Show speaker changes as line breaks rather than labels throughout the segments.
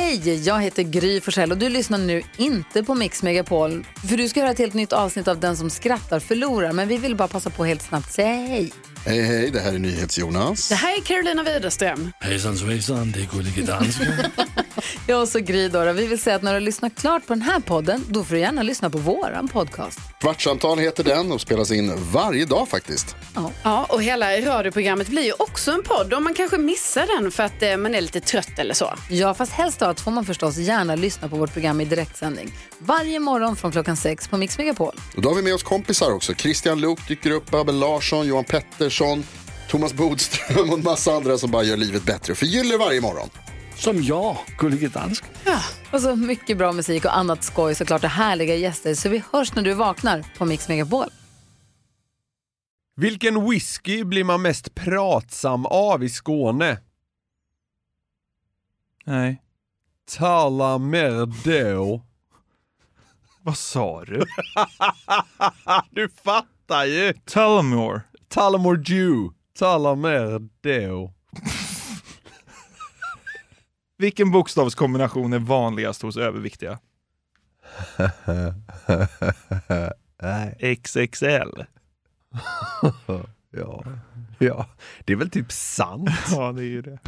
Hej, jag heter Gry Forssell och du lyssnar nu inte på Mix Megapol. För du ska höra ett helt nytt avsnitt av Den som skrattar förlorar. Men vi vill bara passa på helt snabbt säga hej.
Hej, hej, det här är NyhetsJonas.
Det här är Carolina Widerström.
Hejsan svejsan, det är Gullige Dansken.
Jag och så Gry då. Vi vill säga att när du har lyssnat klart på den här podden, då får du gärna lyssna på våran podcast.
Kvartsamtal heter den och spelas in varje dag faktiskt.
Ja, och hela radioprogrammet blir ju också en podd om man kanske missar den för att man är lite trött eller så.
Ja, fast helst då att får man förstås gärna lyssna på vårt program i direktsändning. Varje morgon från 6:00 på Mix Megapol.
Och då har vi med oss kompisar också. Christian Luuk dyker upp, Abel Larsson, Johan Pettersson, Thomas Bodström och en massa andra som bara gör livet bättre och förgyller varje morgon.
Som jag, Gullige Dansken.
Ja, och så mycket bra musik och annat skoj, såklart, och härliga gäster. Så vi hörs när du vaknar på Mix Megapol.
Vilken whisky blir man mest pratsam av i Skåne?
Nej.
Tala mer då.
Vad sa du?
Du fattar ju.
Tullamore.
Tullamore Dew. Tala mer då.
Vilken bokstavskombination är vanligast hos överviktiga? XXL.
Ja, det är väl typ sant.
Ja, det är ju det.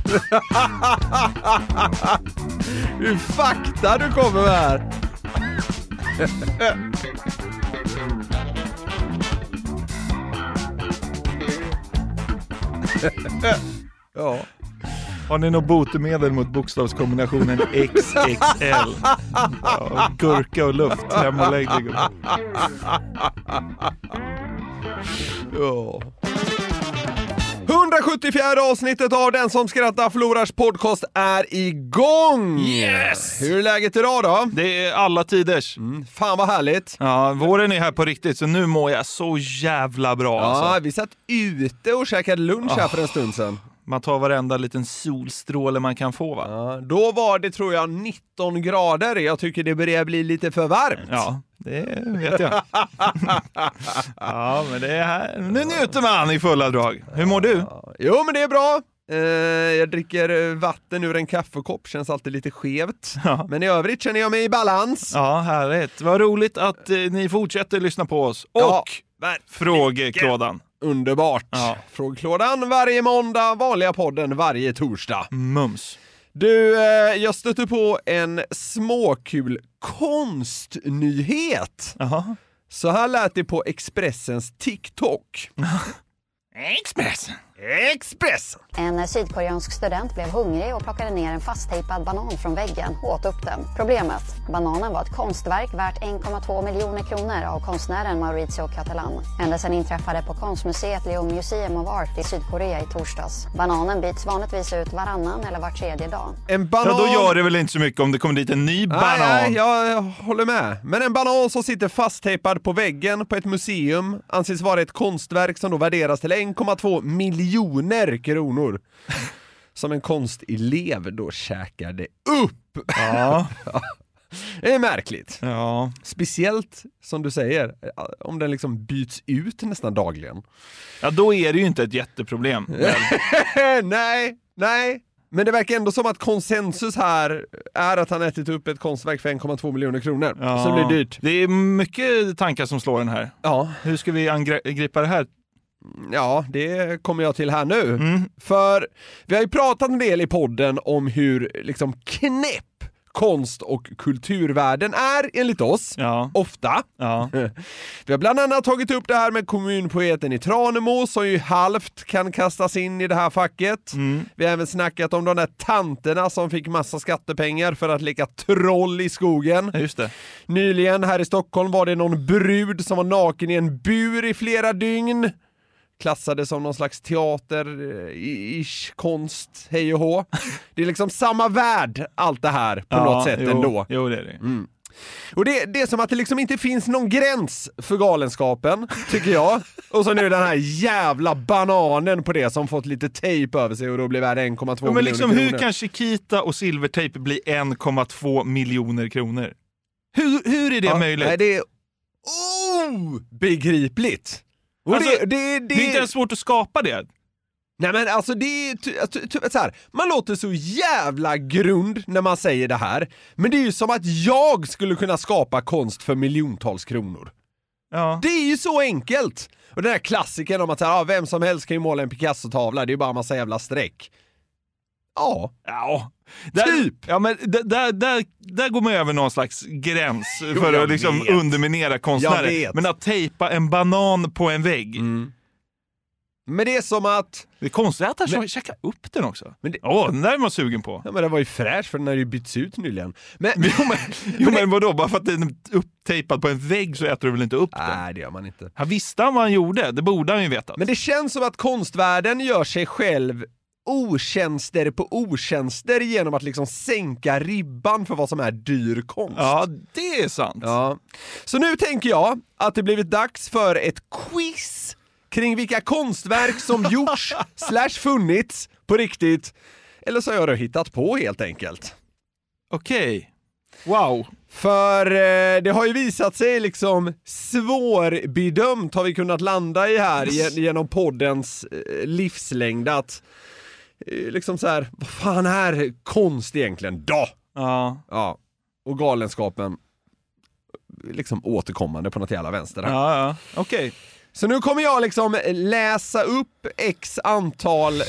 Hur fakta du kommer med här. Ja.
Har ni något botemedel mot bokstavskombinationen XXL? Ja, gurka och luft. Hem och lägg dig.
Ja. 174 avsnittet av Den som skrattar förlorars podcast är igång!
Yes!
Hur är läget idag då?
Det är alla tiders.
Fan vad härligt.
Ja, våren är här på riktigt, så nu mår jag så jävla bra.
Ja,
alltså.
vi satt ute och käkade lunch här för en stund sedan.
Man tar varenda liten solstråle man kan få, va?
Ja, då var det, tror jag, 19 grader. Jag tycker det börjar bli lite för varmt.
Ja, det vet jag. Ja, men det är här. Nu njuter man i fulla drag. Hur mår du?
Jo, men det är bra. Jag dricker vatten ur en kaffekopp. Känns alltid lite skevt.
Ja.
Men i övrigt känner jag mig i balans.
Ja, härligt. Vad roligt att ni fortsätter lyssna på oss. Och
Ja,
frågeklådan.
Underbart.
Ja.
Frågeklådan varje måndag, vanliga podden varje torsdag.
Mums.
Du, jag stötte på en småkul konstnyhet.
Jaha.
Så här lät det på Expressens TikTok.
Expressen.
En sydkoreansk student blev hungrig och plockade ner en fasttejpad banan från väggen och åt upp den. Problemet? Bananen var ett konstverk värt 1,2 miljoner kronor av konstnären Mauricio Catalan. Händelsen inträffade på konstmuseet Leo Museum of Art i Sydkorea i torsdags. Bananen byts vanligtvis ut varannan eller var tredje dag.
En banan...
Ja, då gör det väl inte så mycket om det kommer dit en ny banan.
Nej, jag håller med. Men en banan som sitter fasttejpad på väggen på ett museum anses vara ett konstverk som då värderas till 1,2 miljoner kronor. Som en konstelev då käkade upp.
Ja.
Det är märkligt.
Ja.
Speciellt, som du säger, om den liksom byts ut nästan dagligen.
Ja, då är det ju inte ett jätteproblem.
Nej. Men det verkar ändå som att konsensus här är att han ätit upp ett konstverk för 1,2 miljoner kronor.
Ja.
Så det blir dyrt.
Det är mycket tankar som slår den här.
Ja.
Hur ska vi angripa det här?
Ja, det kommer jag till här nu. För vi har ju pratat en del i podden om hur liksom knäpp konst- och kulturvärlden är enligt oss.
Ja.
Ofta.
Ja.
Vi har bland annat tagit upp det här med kommunpoeten i Tranemo som ju halvt kan kastas in i det här facket. Vi har även snackat om de där tanterna som fick massa skattepengar för att leka troll i skogen.
Ja, just det.
Nyligen här i Stockholm var det någon brud som var naken i en bur i flera dygn. Klassade som någon slags teater-ish konst, hej och hå. Det är liksom samma värld allt det här på något sätt ändå.
Jo, det är det.
Och det är som att det liksom inte finns någon gräns för galenskapen, tycker jag. Och så nu den här jävla bananen på det som fått lite tejp över sig och då blir värd 1,2 miljoner
men liksom,
kronor.
hur kan Chiquita och silvertejp bli 1,2 miljoner kronor? Hur är det möjligt?
Nej, det är begripligt. Och
Alltså,
det
är inte ens svårt att skapa det.
Nej men alltså det är så här, man låter så jävla grund när man säger det här. Men det är ju som att jag skulle kunna skapa konst för miljontals kronor.
Ja.
Det är ju så enkelt. Och den här klassiken om att vem som helst kan ju måla en Picasso-tavla, det är ju bara en massa jävla streck. Ja. Typ.
Ja, men där går man över någon slags gräns för att liksom underminera konstnärer. Men att tejpa en banan på en vägg.
Mm. Men det är som att...
Det är konstigt att han checkar upp den också. Den där är man sugen på.
Ja, men det var ju fräsch för den har ju bytts ut nyligen. Men
vadå? Bara för att den är upptejpad på en vägg så äter du väl inte upp den?
Nej, det gör man inte.
Han visste vad han gjorde. Det borde han ju veta.
Men det känns som att konstvärlden gör sig själv otjänster på otjänster genom att liksom sänka ribban för vad som är dyr konst.
Ja, det är sant.
Ja. Så nu tänker jag att det blivit dags för ett quiz kring vilka konstverk som gjorts / funnits på riktigt. Eller så har jag då hittat på helt enkelt.
Okej. Wow.
För det har ju visat sig liksom svårbedömt har vi kunnat landa i här genom poddens livslängd att liksom så här, vad fan är konst egentligen då? Ja. Och galenskapen liksom återkommande på något jävla vänster här.
Ja. Okej.
Så nu kommer jag liksom läsa upp x antal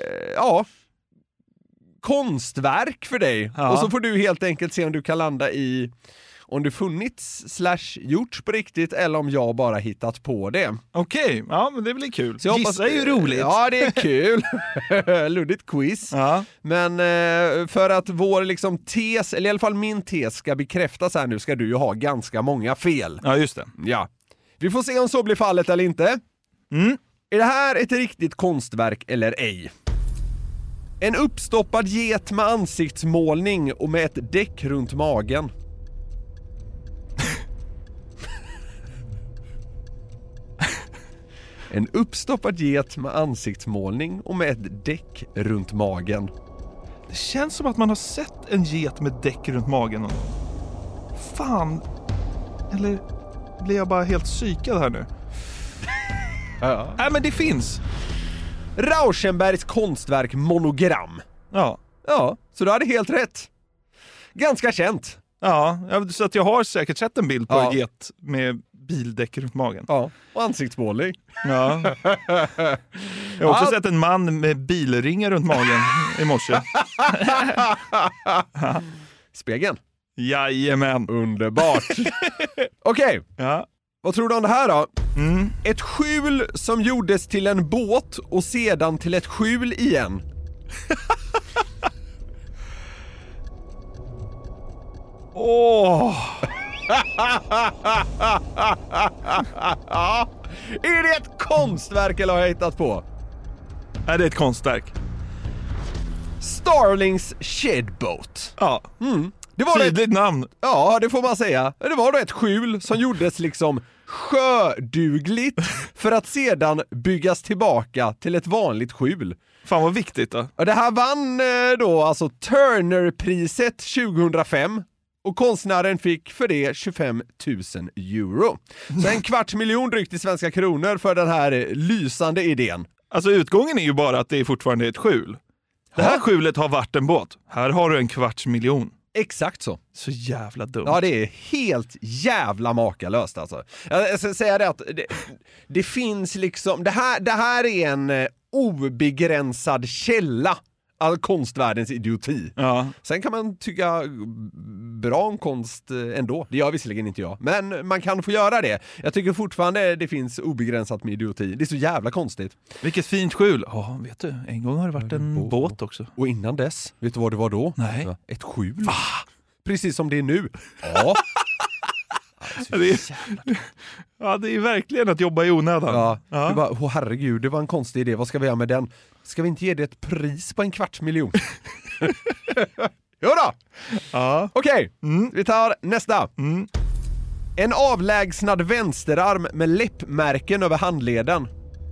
konstverk för dig.
Ja.
Och så får du helt enkelt se om du kan landa i om det funnits / gjorts på riktigt eller om jag bara hittat på det.
Okej, ja men det blir kul.
Så jag
Gissa är ju roligt.
Ja, det är kul. Luddigt quiz.
Ja.
Men för att vår liksom tes, eller i alla fall min tes ska bekräftas här nu ska du ju ha ganska många fel.
Ja, just det.
Ja. Vi får se om så blir fallet eller inte. Är det här ett riktigt konstverk eller ej? En uppstoppad get med ansiktsmålning och med ett däck runt magen. En uppstoppad get med ansiktsmålning och med ett däck runt magen.
Det känns som att man har sett en get med däck runt magen. Fan. Eller blir jag bara helt psykad här nu?
Ja.
Nej, men det finns.
Rauschenbergs konstverk Monogram.
Ja.
Ja, så du hade helt rätt. Ganska känt.
Ja, så att jag har säkert sett en bild på en get med bildäck runt magen.
Ja, och ansiktsmålning.
Ja. Jag har också sett en man med bilringar runt magen i morse.
Spegeln.
Jajamän.
Underbart. Okej.
Ja.
Vad tror du om det här då? Ett skjul som gjordes till en båt och sedan till ett skjul igen. Är det ett konstverk eller har jag hittat på?
Är det ett konstverk?
Starlings Shedboat.
Ja.
Det var
tydligt namn.
Ja, det får man säga. Det var då ett skjul som gjordes liksom sjödugligt för att sedan byggas tillbaka till ett vanligt skjul.
Fan vad viktigt då.
Och det här vann då alltså Turner-priset 2005 och konstnären fick för det 25 000 euro. Så 250 000 drygt i svenska kronor för den här lysande idén.
Alltså utgången är ju bara att det är fortfarande ett skjul. Det här skjulet har varit en båt. Här har du 250 000.
Exakt så.
Så jävla dumt.
Ja, det är helt jävla makalöst alltså. Jag ska säga det att det finns liksom, det här är en obegränsad källa all konstvärldens idioti.
Ja.
Sen kan man tycka bra om konst ändå. Det gör visserligen inte jag. Men man kan få göra det. Jag tycker fortfarande det finns obegränsat med idioti. Det är så jävla konstigt.
Vilket fint skjul. Ja, vet du. En gång har det varit en båt också.
Och innan dess, vet du vad det var då?
Nej.
Ett skjul. Va? Precis som det är nu. Ja.
Det är verkligen att jobba i onödan.
Ja. Det var, herregud, det var en konstig idé. Vad ska vi göra med den? Ska vi inte ge det ett pris på 250 000? Jo då!
Ja.
Okej, vi tar nästa. En avlägsnad vänsterarm med läppmärken över handleden.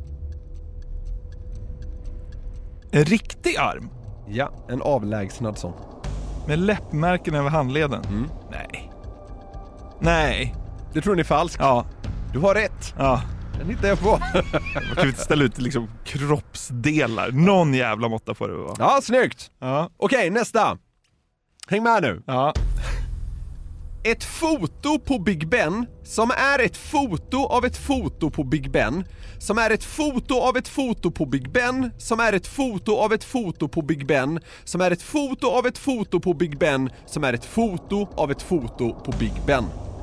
En riktig arm?
Ja, en avlägsnad sån.
Med läppmärken över handleden? Nej.
Det tror ni är falskt.
Ja.
Du har rätt.
Ja.
Den hittar jag på.
Man kan inte ställa ut liksom kroppsdelar. Någon jävla måtta får det vara.
Ja, snyggt.
Ja.
Okej, nästa. Häng med nu.
Ja.
Ett foto på Big Ben som är ett foto av ett foto på Big Ben som är ett foto av ett foto på Big Ben som är ett foto av ett foto på Big Ben som är ett foto av ett foto på Big Ben som är ett foto av ett foto på Big Ben.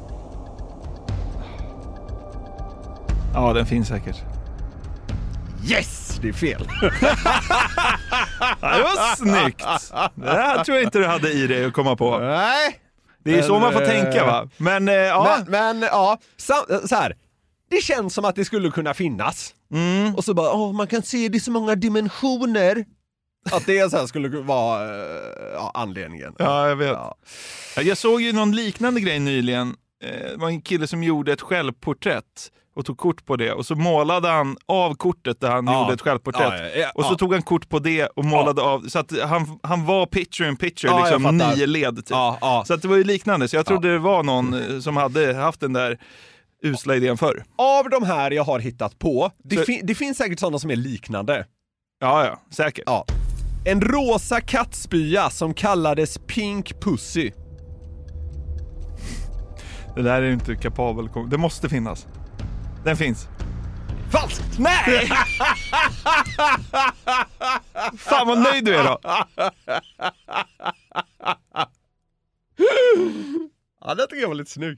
Ja, den finns säkert.
Yes! Det är fel.
Ja, det var snyggt. Det här tror jag inte du hade i dig att komma på.
Nej.
Det är ju så man får tänka, va? Men ja.
Men ja, så här. Det känns som att det skulle kunna finnas. Och så bara, man kan se det i så många dimensioner. Att det så här skulle vara anledningen.
Ja, jag vet.
Ja.
Jag såg ju någon liknande grej nyligen. Det var en kille som gjorde ett självporträtt och tog kort på det. Och så målade han av kortet där han gjorde ett självporträtt. Och så tog han kort på det och målade av. Så att han var picture in picture, liksom 9 led typ. Så att det var ju liknande. Så jag trodde det var någon som hade haft den där usla idén förr.
Av de här jag har hittat på, det finns säkert sådana som är liknande.
Ja, säkert.
Ja. En rosa kattspya som kallades Pink Pussy.
Det där är inte kapabel. Det måste finnas. Den finns.
Falskt!
Nej! Fan vad nöjd du är då.
Ja, det tycker jag var lite snygg.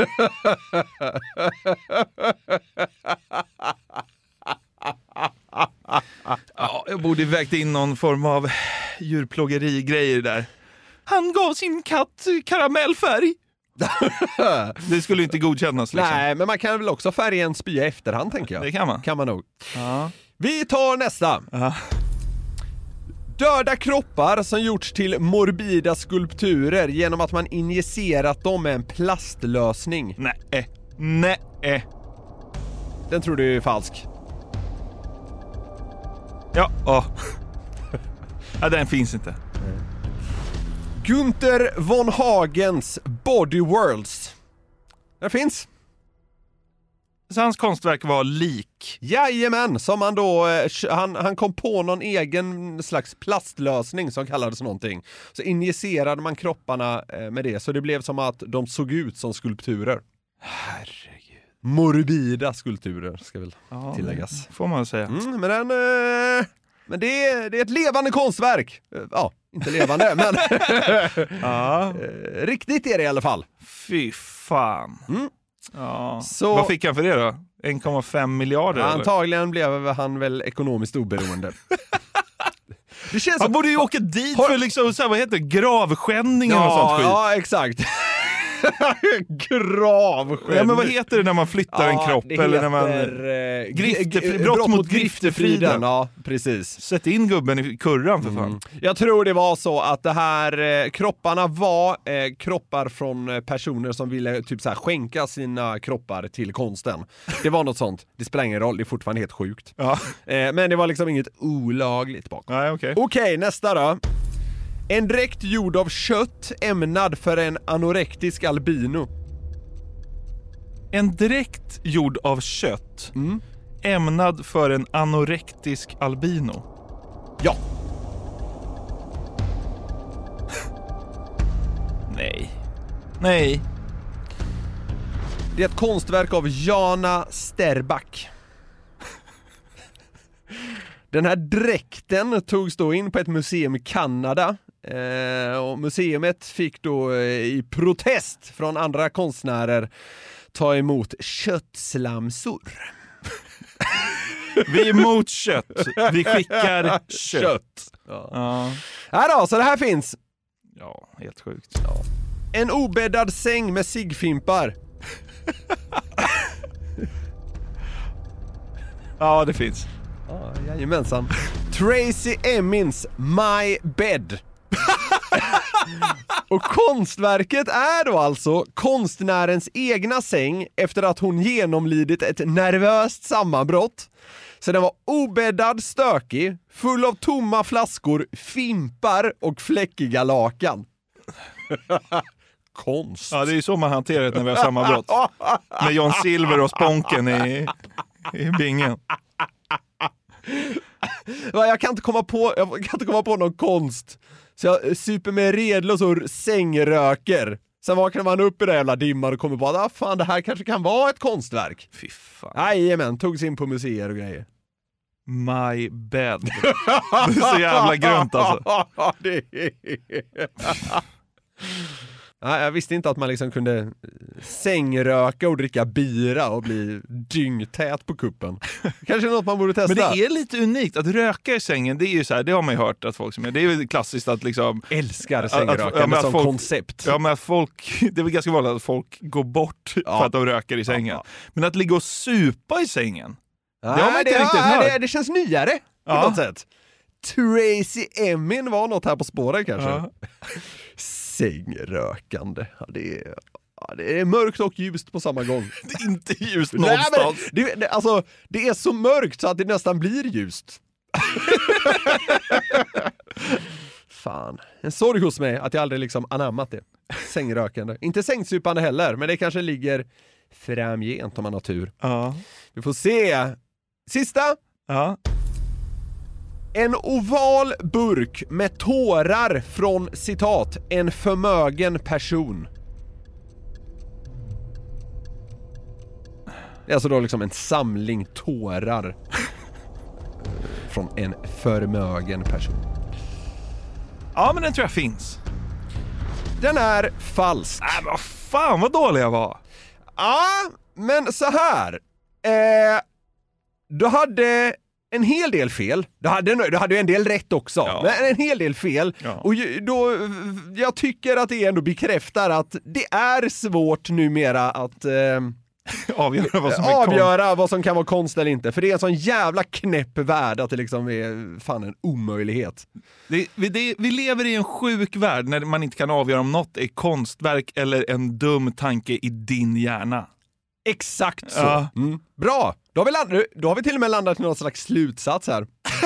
Ja, jag borde vägt in någon form av djurplågeri-grejer där. Han gav sin katt karamellfärg. Det skulle inte godkännas liksom.
Nej, men man kan väl också färga en spya i efterhand, tänker jag.
Det kan man.
Kan man nog.
Ja.
Vi tar nästa. Döda kroppar som gjorts till morbida skulpturer genom att man injicerat dem med en plastlösning.
Nej.
Den tror du är falsk.
Ja, den finns inte.
Günther von Hagens Body Worlds. Den finns.
Så hans konstverk var lik.
Jajamän, som han då han kom på någon egen slags plastlösning som kallades någonting. Så injicerade man kropparna med det, så det blev som att de såg ut som skulpturer.
Herregud.
Morbida skulpturer ska väl tilläggas.
Får man säga.
Men det är ett levande konstverk. Ja, inte levande, men riktigt är det i alla fall.
Fy fan. Ja.
Så,
vad fick han för det då? 1,5 miljarder?
Antagligen blev han väl ekonomiskt oberoende. Det känns
han borde ju åka dit för liksom, så här, vad heter det? Gravskändning och sånt skit.
Ja, exakt. Gravskändning.
Ja, men vad heter det när man flyttar en kropp?
Det
eller
heter,
när man brott mot griftefriden.
Ja, precis.
Sätt in gubben i kurran för fan.
Jag tror det var så att det här kropparna var kroppar från personer som ville typ så här skänka sina kroppar till konsten. Det var något sånt. Det spelar ingen roll, det är fortfarande helt sjukt.
Ja.
Men det var liksom inget olagligt bakom.
Nej,
Okej, nästa då. En dräkt gjord av kött ämnad för en anorektisk albino.
En dräkt gjord av kött ämnad för en anorektisk albino.
Ja.
Nej.
Det är ett konstverk av Jana Sterback. Den här dräkten togs då in på ett museum i Kanada. Och museumet fick då i protest från andra konstnärer ta emot köttslamsor.
Vi är emot kött. Vi skickar kött.
Ja, då, så det här finns.
Ja, helt sjukt. Ja.
En obäddad säng med ciggfimpar.
Ja, det finns.
Jajamensan. Tracy Emins My Bed. Och konstverket är då alltså konstnärens egna säng efter att hon genomlidit ett nervöst sammanbrott. Så den var obäddad, stökig, full av tomma flaskor, fimpar och fläckiga lakan. Konst.
Ja, det är ju så man hanterar ett nervöst sammanbrott. Med John Silver och Sponken i i bingen.
Jag kan inte komma på någon konst. Så jag super mig redlös och sängröker. Sen vaknar man upp i det jävla dimman och kommer på att fan, det här kanske kan vara ett konstverk.
Fy fan.
Jajamän, togs in på museer och grejer.
My bed. Det är så jävla grönt alltså.
Jag visste inte att man liksom kunde sängröka och dricka bira och bli dyngtät på kuppen. Kanske något man borde testa.
Men det är lite unikt att röka i sängen. Det är ju så här, det har man ju hört att folk som är. Det är ju klassiskt att liksom
älskar sängrökande som koncept.
Ja, men att folk, det är väl ganska vanligt att folk går bort för att de röker i sängen. Ja. Men att ligga och supa i sängen. Det har man inte riktigt hört.
Det känns nyare på något sätt. Tracy Emin var något här på spåren kanske. Ja. Sängrökande. Det är mörkt och ljust på samma gång.
Det är inte ljust någonstans.
Det är så mörkt så att det nästan blir ljust. Fan. En sorg hos mig att jag aldrig liksom anammat det. Sängrökande. Inte sängsupande heller, men det kanske ligger framgent om man har tur.
Ja.
Vi får se. Sista.
Ja.
En oval burk med tårar från, citat, en förmögen person. Det är alltså då liksom en samling tårar från en förmögen person.
Ja, men den tror jag finns.
Den är falsk.
Men vad fan, vad dålig jag var.
Ja, men så här. Du hade en hel del fel. Du hade en del rätt också. Ja. Men en hel del fel. Ja. Och då, jag tycker att det ändå bekräftar att det är svårt numera att avgöra vad som kan vara konst eller inte. För det är en sån jävla knäpp värld att det liksom är fan en omöjlighet.
Vi lever i en sjuk värld när man inte kan avgöra om något är konstverk eller en dum tanke i din hjärna.
Exakt så. Ja. Mm. Bra. Då har vi till och med landat i någon slags slutsats här.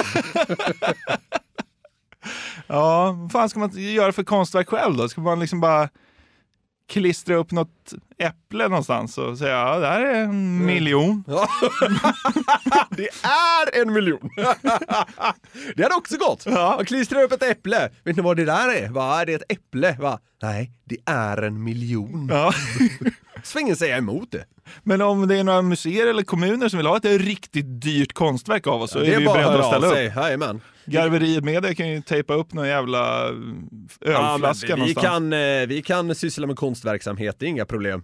Ja, vad fan ska man göra för konstverk själv då? Ska man liksom bara klistra upp något äpple någonstans och säga, ja, det här är 1 miljon. Ja.
Det är 1 miljon. Det hade också gått. Ja. Och klistra upp ett äpple. Vet ni vad det där är? Va? Är det ett äpple? Va? Nej, det är 1 miljon. Ja. Svingen säger emot det. Men
om det är några museer eller kommuner som vill ha ett riktigt dyrt konstverk av oss, så är vi ju beredda att ställa upp.
Jajamän.
Garveriet med det kan ju tejpa upp någon jävla ölflaska någonstans.
Vi kan syssla med konstverksamhet, det är inga problem.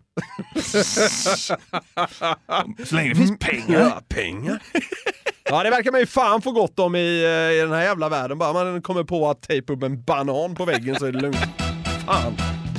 Så länge det finns pengar.
Ja, pengar. Ja, det verkar man ju fan få gott om i den här jävla världen. Bara man kommer på att tejpa upp en banan på väggen så är det lugnt. Fan.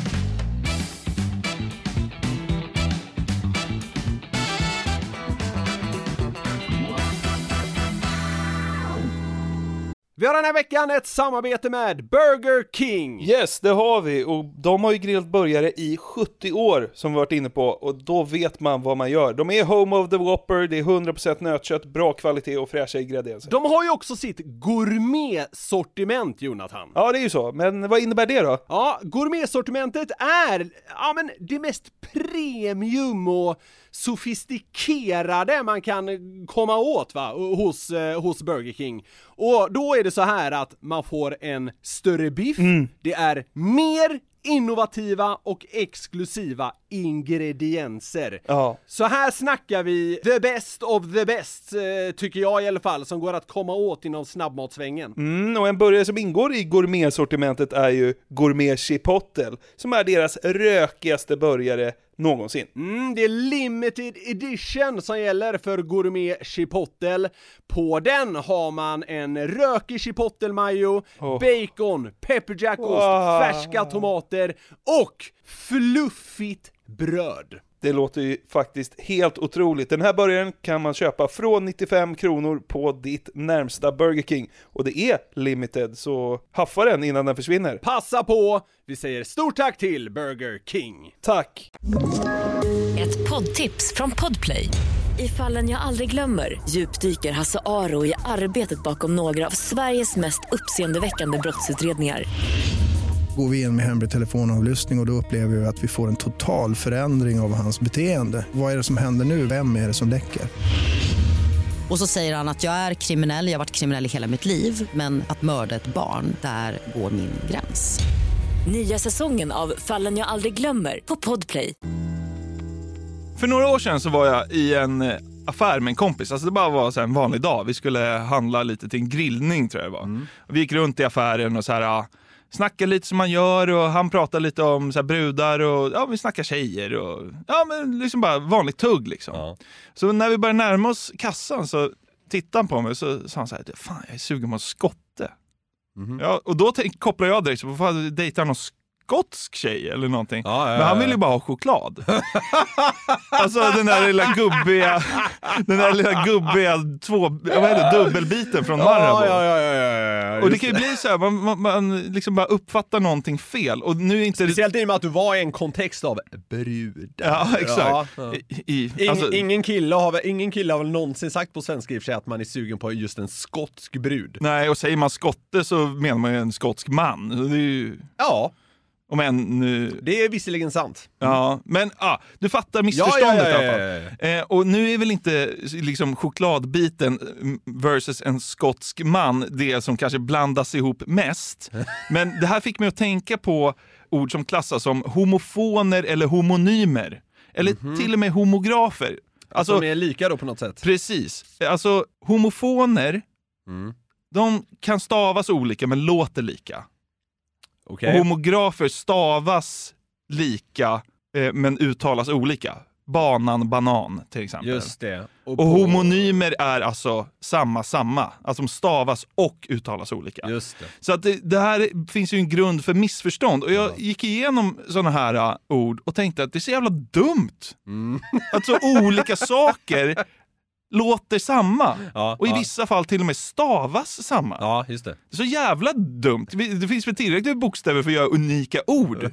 Vi har den här veckan ett samarbete med Burger King.
Yes, det har vi. Och de har ju grillat burgare i 70 år som vi varit inne på. Och då vet man vad man gör. De är home of the Whopper, det är 100% nötkött, bra kvalitet och fräscha ingredienser.
De har ju också sitt gourmet-sortiment, Jonathan.
Ja, det är ju så. Men vad innebär det då?
Ja, gourmet-sortimentet är det mest premium och sofistikerade man kan komma åt hos Burger King. Och då är det så här att man får en större biff, det är mer innovativa och exklusiva ingredienser. Ja. Så här snackar vi the best of the best, tycker jag i alla fall, som går att komma åt inom snabbmatsvängen.
Och en burgare som ingår i gourmetsortimentet är ju Gourmet Chipotle, som är deras rökigaste burgare någonsin.
Det är limited edition som gäller för Gourmet Chipotle. På den har man en rökig chipotle mayo, bacon, pepperjackost, färska tomater och fluffigt bröd.
Det låter ju faktiskt helt otroligt. Den här burgaren kan man köpa från 95 kronor på ditt närmsta Burger King. Och det är limited, så haffa den innan den försvinner.
Passa på! Vi säger stort tack till Burger King.
Tack!
Ett poddtips från Podplay. I Fallen jag aldrig glömmer djupdyker Hasse Aro i arbetet bakom några av Sveriges mest uppseendeväckande brottsutredningar.
Går vi in med hemlig telefonavlyssning och då upplever vi att vi får en total förändring av hans beteende. Vad är det som händer nu? Vem är det som läcker?
Och så säger han att jag är kriminell, jag har varit kriminell i hela mitt liv. Men att mörda ett barn, där går min gräns.
Nya säsongen av Fallen jag aldrig glömmer på Podplay.
För några år sedan så var jag i en affär med en kompis. Alltså det bara var så här en vanlig dag. Vi skulle handla lite till en grillning, tror jag det var. Och vi gick runt i affären och så här... snackar lite som man gör, och han pratar lite om så här brudar, och vi snackar tjejer och men liksom bara vanligt tugg liksom. Ja. Så när vi började närma oss kassan så tittade han på mig och så sa han så här: fan, jag är sugen på en skotte. Ja, och då kopplar jag direkt på att dejta någon skotsk tjej eller någonting. Men han ville ju bara ha choklad. Alltså den där lilla gubbiga dubbelbiten från Marabou. Och det kan ju bli så här, man liksom bara uppfattar någonting fel. Och nu är inte
speciellt i och med att du var i en kontext av brud.
Ja, exakt.
Ingen kille har väl någonsin sagt på svenska i och för sig att man är sugen på just en skotsk brud.
Nej, och säger man skotte så menar man ju en skotsk man. Det är ju...
Ja.
Men nu...
Det är visserligen sant.
Ja, men du fattar missförståndet i alla fall. Och nu är väl inte liksom chokladbiten versus en skotsk man det som kanske blandas ihop mest. Men det här fick mig att tänka på ord som klassas som homofoner eller homonymer. Eller till och med homografer.
Alltså, som är lika då på något sätt.
Precis. Alltså homofoner, de kan stavas olika men låter lika. Okay. Och homografer stavas lika men uttalas olika. Banan, till exempel.
Just det.
Och homonymer är alltså samma. Alltså de stavas och uttalas olika.
Just det.
Så att det här finns ju en grund för missförstånd. Och jag gick igenom sådana här ord och tänkte att det är så jävla dumt. Alltså olika saker låter samma. Och i vissa fall till och med stavas samma.
Ja, just det.
Det är så jävla dumt. Det finns väl tillräckligt bokstäver för att göra unika ord.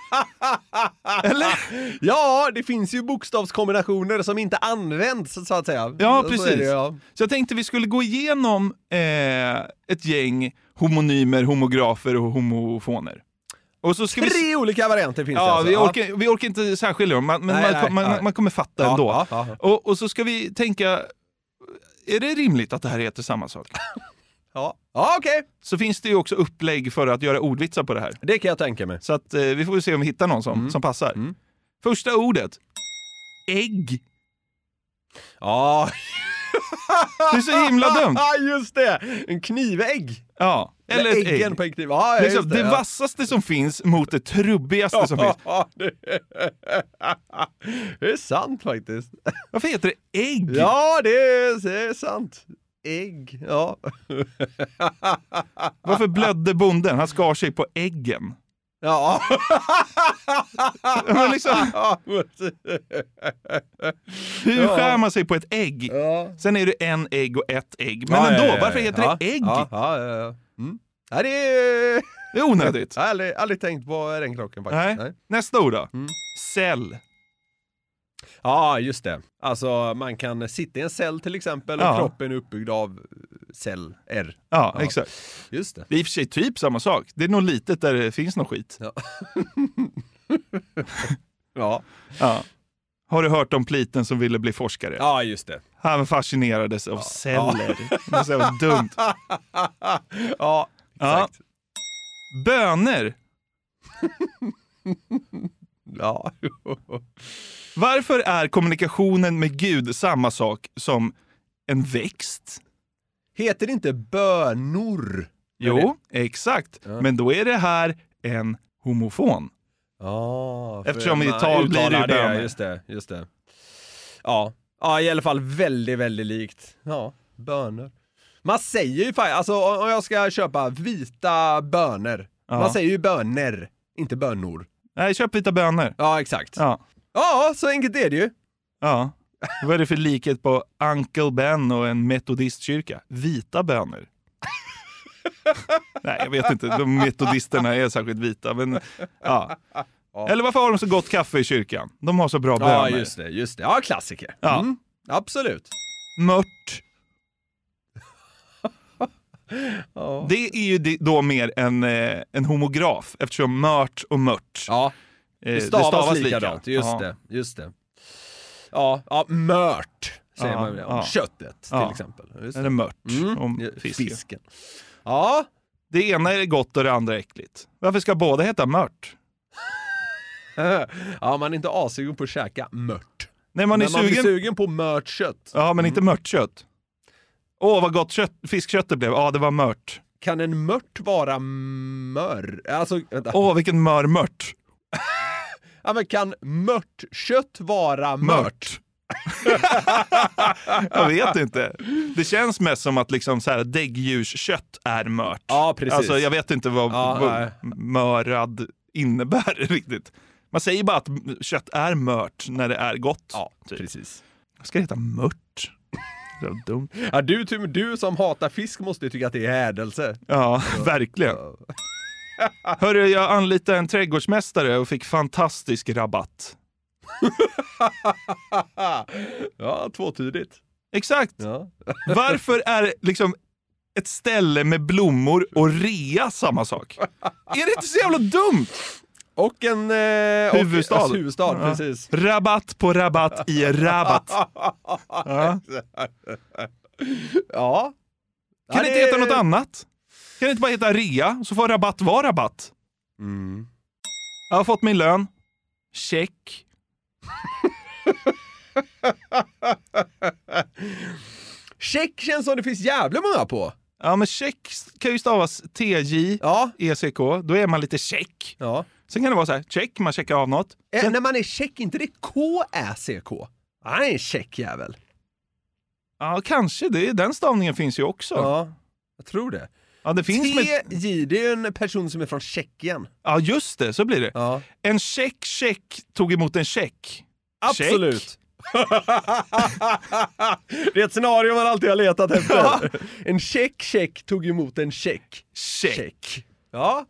Eller?
Ja, det finns ju bokstavskombinationer som inte används, så att säga.
Ja, precis.
Så, ja.
Så jag tänkte vi skulle gå igenom ett gäng homonymer, homografer och homofoner. Och så ska
Tre olika varianter finns det alltså.
Vi orkar inte särskilja dem, men man kommer fatta ändå. Och så ska vi tänka, är det rimligt att det här heter samma sak?
Ja, okej.
Så finns det ju också upplägg för att göra ordvitsar på det här.
Det kan jag tänka mig.
Så att vi får se om vi hittar någon som passar. Första ordet. Ägg.
Ja.
Det är så himla dumt.
Just det. En knivägg.
Ja. Eller ett ägg.
På en kniv. Ja,
liksom, det vassaste som finns mot det trubbigaste som finns.
Det är sant faktiskt.
Varför heter det ägg?
Ja, det är sant. Ägg, ja.
Varför blödde bonden? Han skar sig på äggen.
Ja.
Men liksom, hur skär man sig på ett ägg?
Ja.
Sen är det en ägg och ett ägg. Men ändå, varför heter det ägg?
Ja. Det
är onödigt.
Jag har aldrig tänkt på den krocken faktiskt.
Nej. Nästa ord då. Cell.
Ja, just det. Alltså man kan sitta i en cell till exempel och kroppen är uppbyggd av celler.
Ja, exakt.
Just det.
Det är i och för sig typ samma sak. Det är nog litet där det finns någon skit.
Ja.
Har du hört om pliten som ville bli forskare?
Ja, just det.
Han fascinerades av celler. Det är så dumt.
Ja, exakt.
Bönor.
Ja.
Varför är kommunikationen med Gud samma sak som en växt?
Heter det inte bönor?
Jo, exakt. Ja. Men då är det här en homofon. Eftersom i tal blir det bönor.
Just det. Ja, i alla fall väldigt, väldigt likt. Ja, bönor. Man säger ju faktiskt, alltså om jag ska köpa vita bönor. Man säger ju bönor, inte bönor.
Nej, köp vita bönor.
Ja, exakt. Ja, så enkelt är det ju.
Ja. Vad är det för likhet på Uncle Ben och en metodistkyrka? Vita bönor. Nej, jag vet inte. De metodisterna är särskilt vita. Men, ja. Eller varför har de så gott kaffe i kyrkan? De har så bra bönor.
Ja, just det. Ja, klassiker.
Ja.
Absolut.
Mört. Det är ju då mer en homograf, eftersom mört och mört.
Ja, det stavas likadant. Just det. Ja, mört. säger man det om köttet till exempel. Just det.
Eller mört om fisken.
Ja.
Det ena är gott och det andra är äckligt. Varför ska båda heta mört?
Ja, man är inte assugen på att käka mört.
Nej, man
blir sugen på mört kött.
Ja, men inte mört kött. Vad gott fiskköttet blev. Ja, det var mört.
Kan en mört vara mör? Alltså,
vilken mört.
Ja, men kan mört kött vara mört?
Jag vet inte. Det känns mest som att liksom så här däggdjurskött är mört.
Ja, precis.
Alltså, jag vet inte vad mörad innebär riktigt. Man säger bara att kött är mört när det är gott.
Ja, typ. Precis.
Ska det heta mört? Det är dumt.
Ja, du som hatar fisk måste tycka att det är hädelse.
Ja, verkligen. Hörru, jag anlitade en trädgårdsmästare och fick fantastisk rabatt.
Ja, tvåtydigt.
Exakt. Ja. Varför är liksom ett ställe med blommor och rea samma sak? Är det inte så jävla dumt?
Och en huvudstad, precis.
Rabatt på rabatt i rabatt.
Ja.
Kan det inte heta något annat? Kan det inte bara heta rea så får rabatt vara rabatt? Jag har fått min lön. Check.
Check känns som det finns jävla många på.
Ja, men check kan ju stavas T-J-E-C-K. Då är man lite check.
Ja.
Sen kan det vara så här, check, man checkar av något.
När man är check, inte det K-Ä-C-K? Han är en checkjävel.
Ja, kanske. Den stavningen finns ju också.
Ja, jag tror det.
Ja, det finns
T-J, det är en person som är från Tjeckien.
Ja, just det. Så blir det.
Ja.
En check tog emot en check.
Absolut. Check. Det är ett scenario man alltid har letat efter. Ja. En check tog emot en check.
Check.
Ja.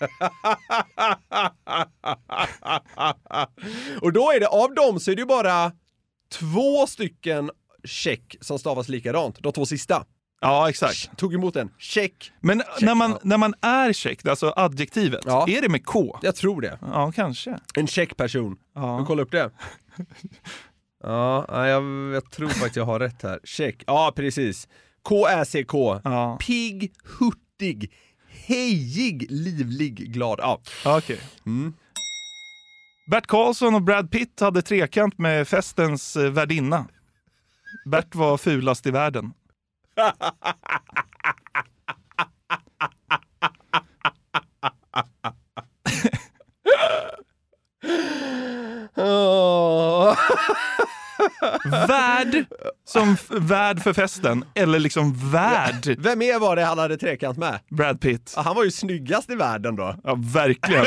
Och då är det, av dem så är det ju bara 2 stycken check som stavas likadant. De 2 sista.
Ja, exakt.
Tog emot en check.
Men check. När man är check, alltså adjektivet, är det med K?
Jag tror det.
Ja, kanske.
En check-person. Ja. Kolla upp det. Ja, jag tror faktiskt jag har rätt här. Check. Ja, precis. K-Ä-C-K.
Ja.
Pigg, hurtig, hejig, livlig, glad. Ja.
Okej. Bert Karlsson och Brad Pitt hade trekant med festens värdinna. Bert var fulast i världen. Värd som värd för festen. Eller liksom värd.
Vem var det han hade trekant med?
Brad Pitt.
Han var ju snyggast i världen då.
Ja, verkligen.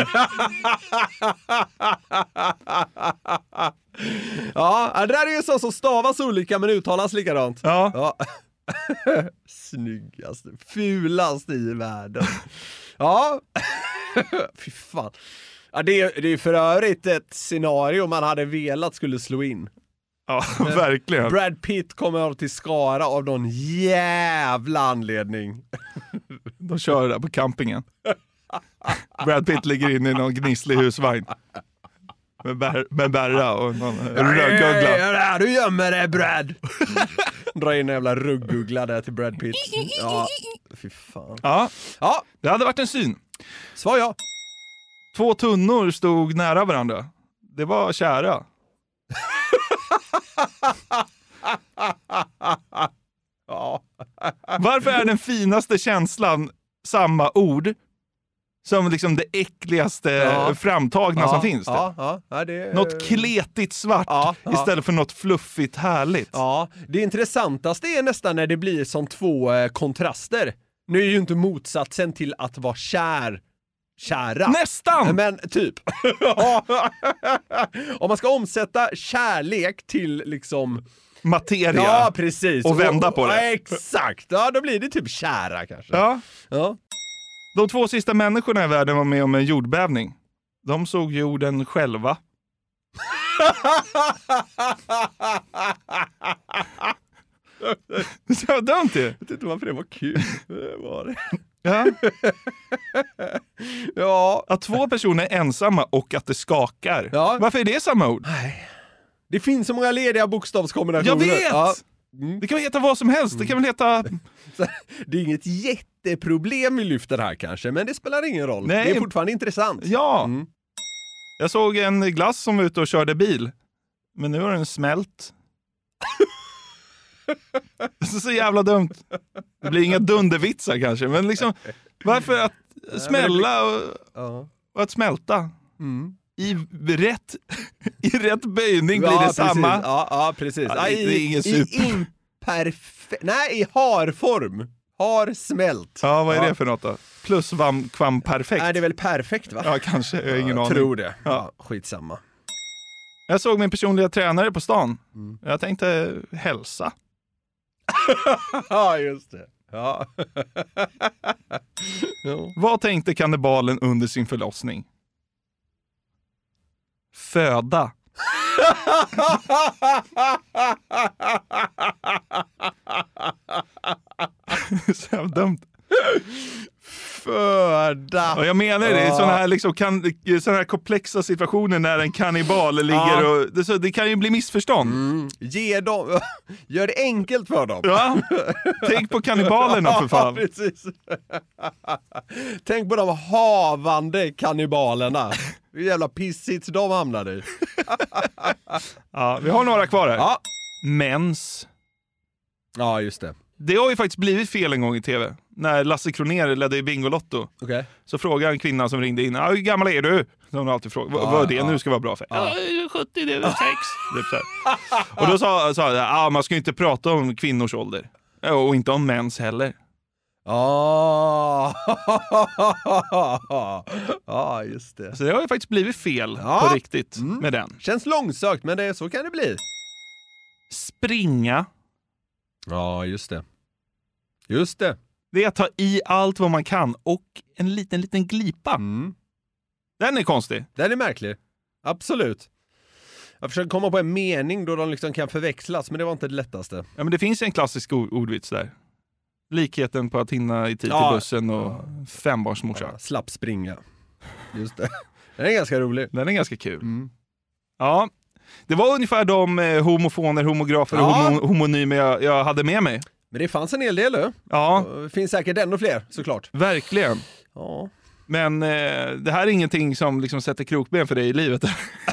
Ja, det där är ju så som stavas olika men uttalas likadant.
Ja.
Snyggast, fulast i världen. Ja. Fy fan. Ja, det är för övrigt ett scenario man hade velat skulle slå in.
Ja, verkligen.
Brad Pitt kommer till Skara av någon jävla anledning.
De kör där på campingen. Brad Pitt ligger in i någon gnisslig husvagn. Med Berra och någon rödguggla.
Ja, du gömmer dig, Brad. Dra in en jävla ruggugla där till Brad Pitt. Ja, fy fan.
Ja, det hade varit en syn.
Svar ja.
2 tunnor stod nära varandra. Det var kära.
Ja.
Varför är den finaste känslan samma ord som liksom det äckligaste framtagna som finns det?
Ja, det...
Något kletigt svart istället för något fluffigt härligt.
Ja, det intressantaste är nästan när det blir som 2 kontraster. Nu är ju inte motsatsen till att vara kära.
Nästan!
Men typ. Om man ska omsätta kärlek till liksom
materia.
Ja, precis.
Och vända på det.
Exakt. Ja, då blir det typ kära kanske. Ja.
De 2 sista människorna i världen var med om en jordbävning. De såg jorden själva. Det var dumt ju.
Jag vet inte varför det var kul. Det var det.
Ja. Att 2 personer är ensamma och att det skakar.
Ja.
Varför är det samma ord?
Nej. Det finns så många lediga bokstavskombinationer.
Jag vet!
Ja.
Det kan väl heta vad som helst. Det kan väl heta...
Det är inget jätteproblem vi lyfter här kanske, men det spelar ingen roll.
Nej.
Det är fortfarande intressant.
Ja. Jag såg en glass som var ute och körde bil. Men nu har den smält. Så jävla dumt. Det blir inga dundervitsar kanske, men liksom varför att smälla och att smälta i rätt böjning blir det samma.
Precis. Ja, precis.
Ja, det är ingen super.
I harform. Har smält.
Ja, vad är det för något då? Plus kvam perfekt.
Nej, det är väl perfekt va?
Ja, kanske. Jag har ingen aning.
Tror det. Ja, skitsamma.
Jag såg min personliga tränare på stan. Jag tänkte hälsa.
Ja, just det. Ja.
Vad tänkte kannibalen under sin förlossning? Föda. Så jävla dumt.
Föda.
Och jag menar det, sådana här, liksom, såna här komplexa situationer när en kannibal ligger och... Det kan ju bli missförstånd.
Gör det enkelt för dem.
Ja, tänk på kannibalerna för fan.
Ja, precis. Tänk på de havande kannibalerna. Hur jävla pissigt de hamnade i.
Ja, vi har några kvar här.
Ja.
Mens.
Ja, just det.
Det har ju faktiskt blivit fel en gång i tv. När Lasse Kronér ledde i Bingolotto.
Okay.
Så frågade en kvinna som ringde in. Hur gammal är du? Som hon alltid frågar. Vad är det nu ska vara bra för? 70, det är 6. Och då sa jag, man ska ju inte prata om kvinnors ålder. Och inte om mäns heller.
Ja, just det.
Så det har ju faktiskt blivit fel på riktigt med den.
Känns långsökt, men så kan det bli.
Springa.
Ja, just det. Just det.
Det är att ta i allt vad man kan och en liten glipa. Den är konstig.
Den är märklig. Absolut. Jag försöker komma på en mening då de liksom kan förväxlas, men det var inte det lättaste.
Ja, men det finns en klassisk ordvits där. Likheten på att hinna i tid till bussen och fembarnsmorsa.
Ja, slapp springa. Just det. Den är ganska rolig.
Den är ganska kul. Ja, det var ungefär de homofoner, homografer och homonymer jag hade med mig.
Men det fanns en hel del, eller?
Ja.
Det finns säkert ännu fler, såklart.
Verkligen.
Ja.
Men det här är ingenting som liksom sätter krokben för dig i livet.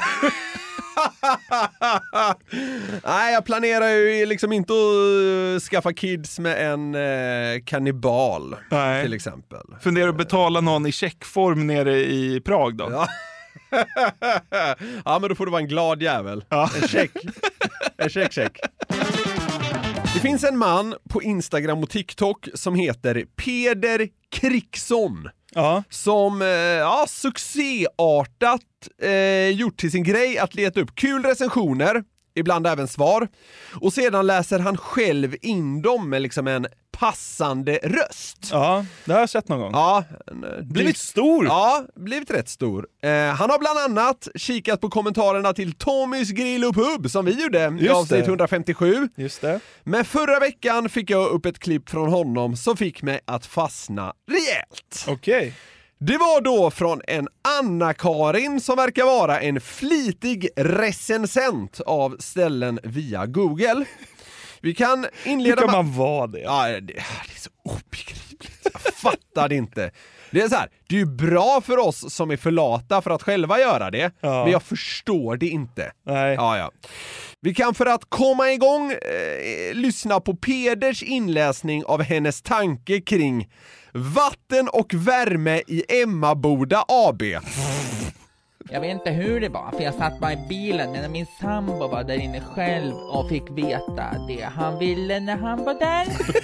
Nej, jag planerar ju liksom inte att skaffa kids med en kannibal.
Nej.
Till exempel.
Funderar att betala någon i checkform nere i Prag då?
Ja. Ja, men då får du vara en glad jävel.
Ja.
En check. Det finns en man på Instagram och TikTok som heter Peder Kriksson.
Ja.
Som succéartat gjort till sin grej att leta upp kul recensioner, ibland även svar. Och sedan läser han själv in dem med liksom en passande röst.
Ja, det har jag sett någon gång.
Ja,
blivit stor.
Ja, blivit rätt stor. Han har bland annat kikat på kommentarerna till Tommys Grill och Pub som vi gjorde i avsnitt 157.
Just det.
Men förra veckan fick jag upp ett klipp från honom som fick mig att fastna rejält.
Okej.
Det var då från en Anna-Karin som verkar vara en flitig recensent av ställen via Google. Vi kan inleda.
Hur kan man vara det?
Ja, det är så obegripligt. Jag fattar det inte. Det är så här, det är ju bra för oss som är för lata för att själva göra det, men jag förstår det inte.
Nej.
Ja. Vi kan för att komma igång lyssna på Peders inläsning av hennes tanke kring vatten och värme i Emmaboda AB.
Jag vet inte hur det var, för jag satt bara i bilen när min sambo var där inne själv och fick veta det han ville när han var där.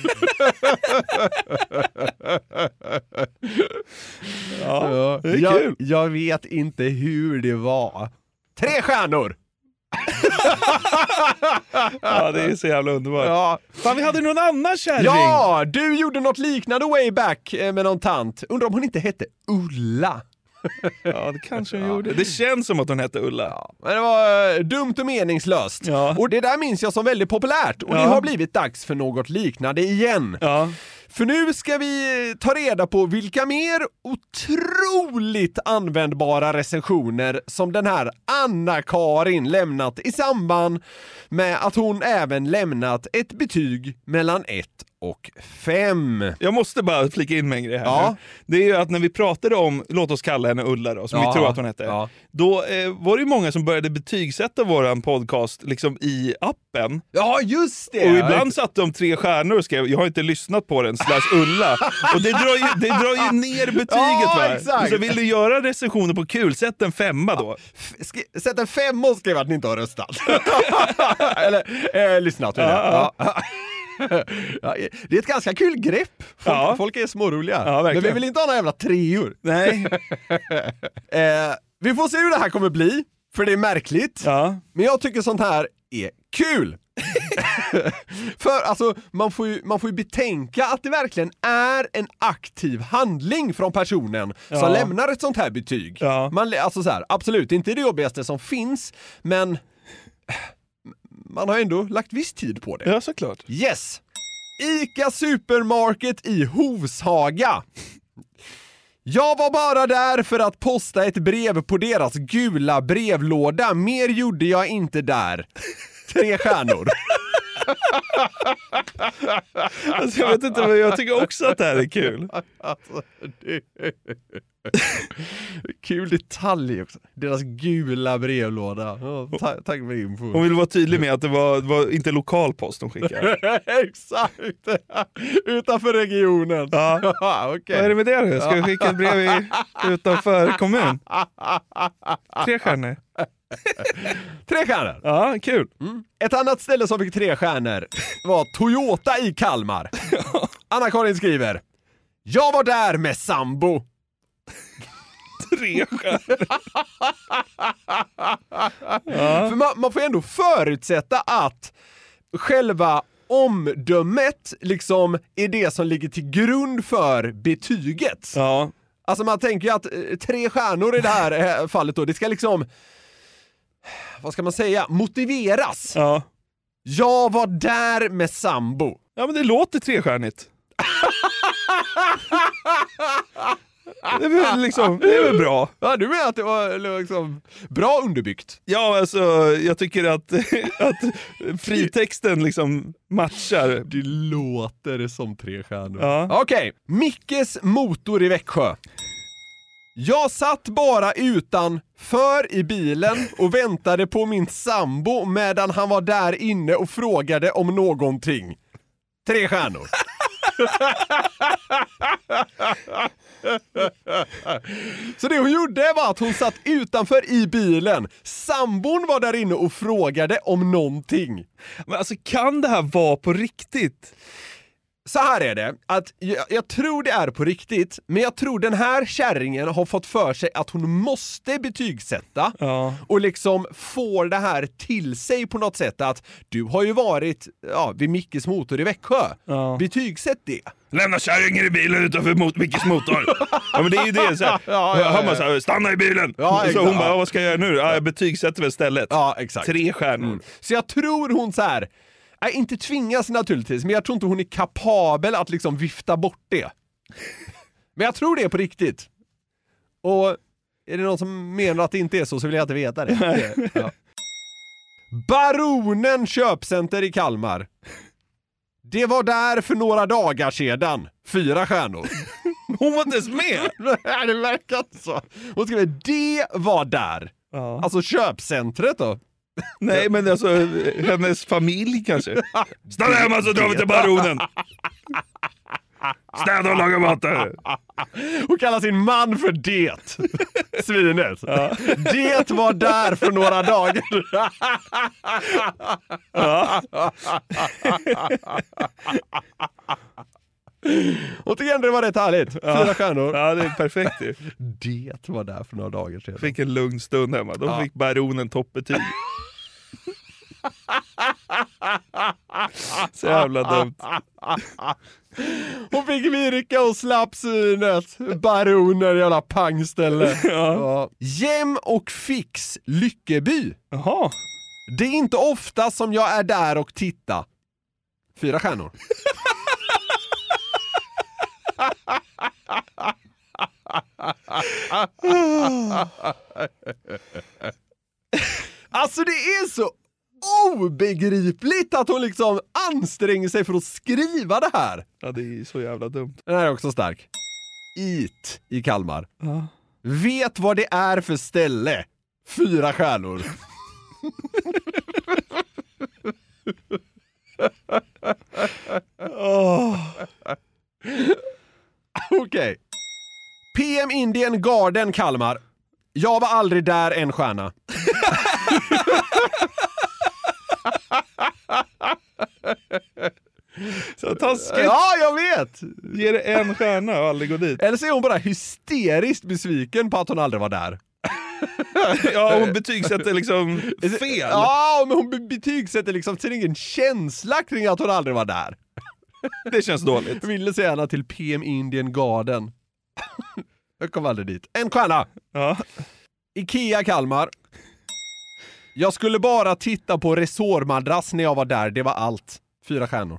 Ja, det är kul. Jag vet inte hur det var. 3 stjärnor!
Ja, det är så jävla underbart.
Ja.
Fan, vi hade någon annan kärring.
Ja, du gjorde något liknande way back med någon tant. Undrar om hon inte hette Ulla.
Ja, det kanske hon gjorde. Det känns som att hon hette Ulla.
Ja, men det var dumt och meningslöst.
Ja.
Och det där minns jag som väldigt populärt. Och det har blivit dags för något liknande igen.
Ja.
För nu ska vi ta reda på vilka mer otroligt användbara recensioner som den här Anna-Karin lämnat i samband med att hon även lämnat ett betyg mellan 1 och 5.
Jag måste bara flika in med en grej här nu. Det är ju att när vi pratade om, låt oss kalla henne Ulla då, som vi tror att hon hette. Då var det ju många som började betygsätta våran podcast liksom i appen.
Ja, just det!
Och ibland satte de 3 stjärnor och skrev, jag har inte lyssnat på den, /Ulla. Och det drar ju ner betyget, va?
Exakt.
Så vill du göra recensioner på kul, sätt en 5 då.
Sätt en 5 och skriv att ni inte har röstat. Eller lyssnat. Ja, det är ett ganska kul grepp. Folk är småroliga. Men vi vill inte ha några jävla 3:or.
Nej.
Vi får se hur det här kommer bli, för det är märkligt. Men jag tycker sånt här är kul. För alltså, man får ju betänka att det verkligen är en aktiv handling från personen som lämnar ett sånt här betyg. Alltså så här, absolut, inte det jobbigaste som finns, men man har ändå lagt viss tid på det.
Ja, såklart.
Yes! Ica Supermarket i Hovshaga. Jag var bara där för att posta ett brev på deras gula brevlåda. Mer gjorde jag inte där. 3 stjärnor.
Alltså, jag vet inte, men jag tycker också att det här är kul.
Alltså, kul detalj också. Deras gula brevlåda. Tack för info.
Hon vill vara tydlig med att det var inte lokalpost de skickade.
Exakt. Utanför regionen.
Okay. Vad är det med det då? Ska vi skicka ett brev utanför kommun? 3 stjärnor.
3 stjärnor.
Ja, kul.
Ett annat ställe som fick 3 stjärnor var Toyota i Kalmar. Anna-Karin skriver: jag var där med sambo.
3 stjärnor.
För man får ändå förutsätta att själva omdömet liksom är det som ligger till grund för betyget. Alltså man tänker ju att 3 stjärnor i det här fallet då, det ska liksom, vad ska man säga, motiveras. Jag var där med sambo.
Ja, men det låter 3-stjärnigt. Det är väl bra.
Ja, du menar att det var liksom bra underbyggt?
Ja, alltså jag tycker att fritexten liksom matchar.
Det låter som 3 stjärnor. Okej. Mickes motor i Växjö. Jag satt bara utanför i bilen och väntade på min sambo medan han var där inne och frågade om någonting. 3 stjärnor. Så det hon gjorde var att hon satt utanför i bilen. Sambon var där inne och frågade om någonting.
Men alltså, kan det här vara på riktigt?
Så här är det, att jag tror det är på riktigt, men jag tror den här kärringen har fått för sig att hon måste betygsätta och liksom får det här till sig på något sätt, att du har ju varit vid Mickes motor i Växjö. Betygsätt det.
Lämna kärringen i bilen utanför Mickes motor. Ja, men det är ju det. Så här. Han bara så här, stanna i bilen. Och så hon bara, vad ska jag göra nu? Jag betygsätter väl stället. 3 stjärnor.
Så jag tror hon så här, inte tvingas naturligtvis, men jag tror inte hon är kapabel att liksom vifta bort det. Men jag tror det är på riktigt. Och är det någon som menar att det inte är så vill jag inte veta det. Baronen köpcenter i Kalmar. Det var där för några dagar sedan. 4 stjärnor.
Hon var inte ens med.
Det verkar inte så. Hon skrev, det var där. Alltså köpcentret då.
Nej, men alltså hennes familj kanske. Stanna hemma så drar vi till Baronen. Städa och laga mat.
Hon kallar sin man för det. Svinet. Det var där för några dagar. Och tycker ändå det var rätt härligt. 4 stjärnor.
Ja, det är perfekt ju.
Det var där för några dagar sedan.
Fick en lugn stund hemma. Då fick Baronen toppbetyg. Så jävla dumt.
Hon fick virka och slapp synet. Baroner, jävla pangställe. Jäm och fix Lyckeby.
Jaha.
Det är inte ofta som jag är där och tittar. 4 stjärnor. Alltså det är så obegripligt att hon liksom anstränger sig för att skriva det här.
Ja, det är så jävla dumt.
Den här är också stark. Eat i Kalmar.
Ja.
Vet vad det är för ställe. 4 stjärnor. Okej. PM Indian Garden Kalmar. Jag var aldrig där, 1 stjärna.
Så taskigt.
Ja, jag vet.
Ge det 1 stjärna och aldrig gå dit.
Eller så är hon bara hysteriskt besviken på att hon aldrig var där.
Ja, hon betygsätter liksom fel.
Ja, men hon betygsätter liksom sin egen känsla kring att hon aldrig var där.
Det känns dåligt.
Jag ville säga gärna till PM Indian Garden. Jag kom aldrig dit. 1 stjärna.
Ja.
Ikea Kalmar. Jag skulle bara titta på resårmadrass när jag var där. Det var allt. 4 stjärnor.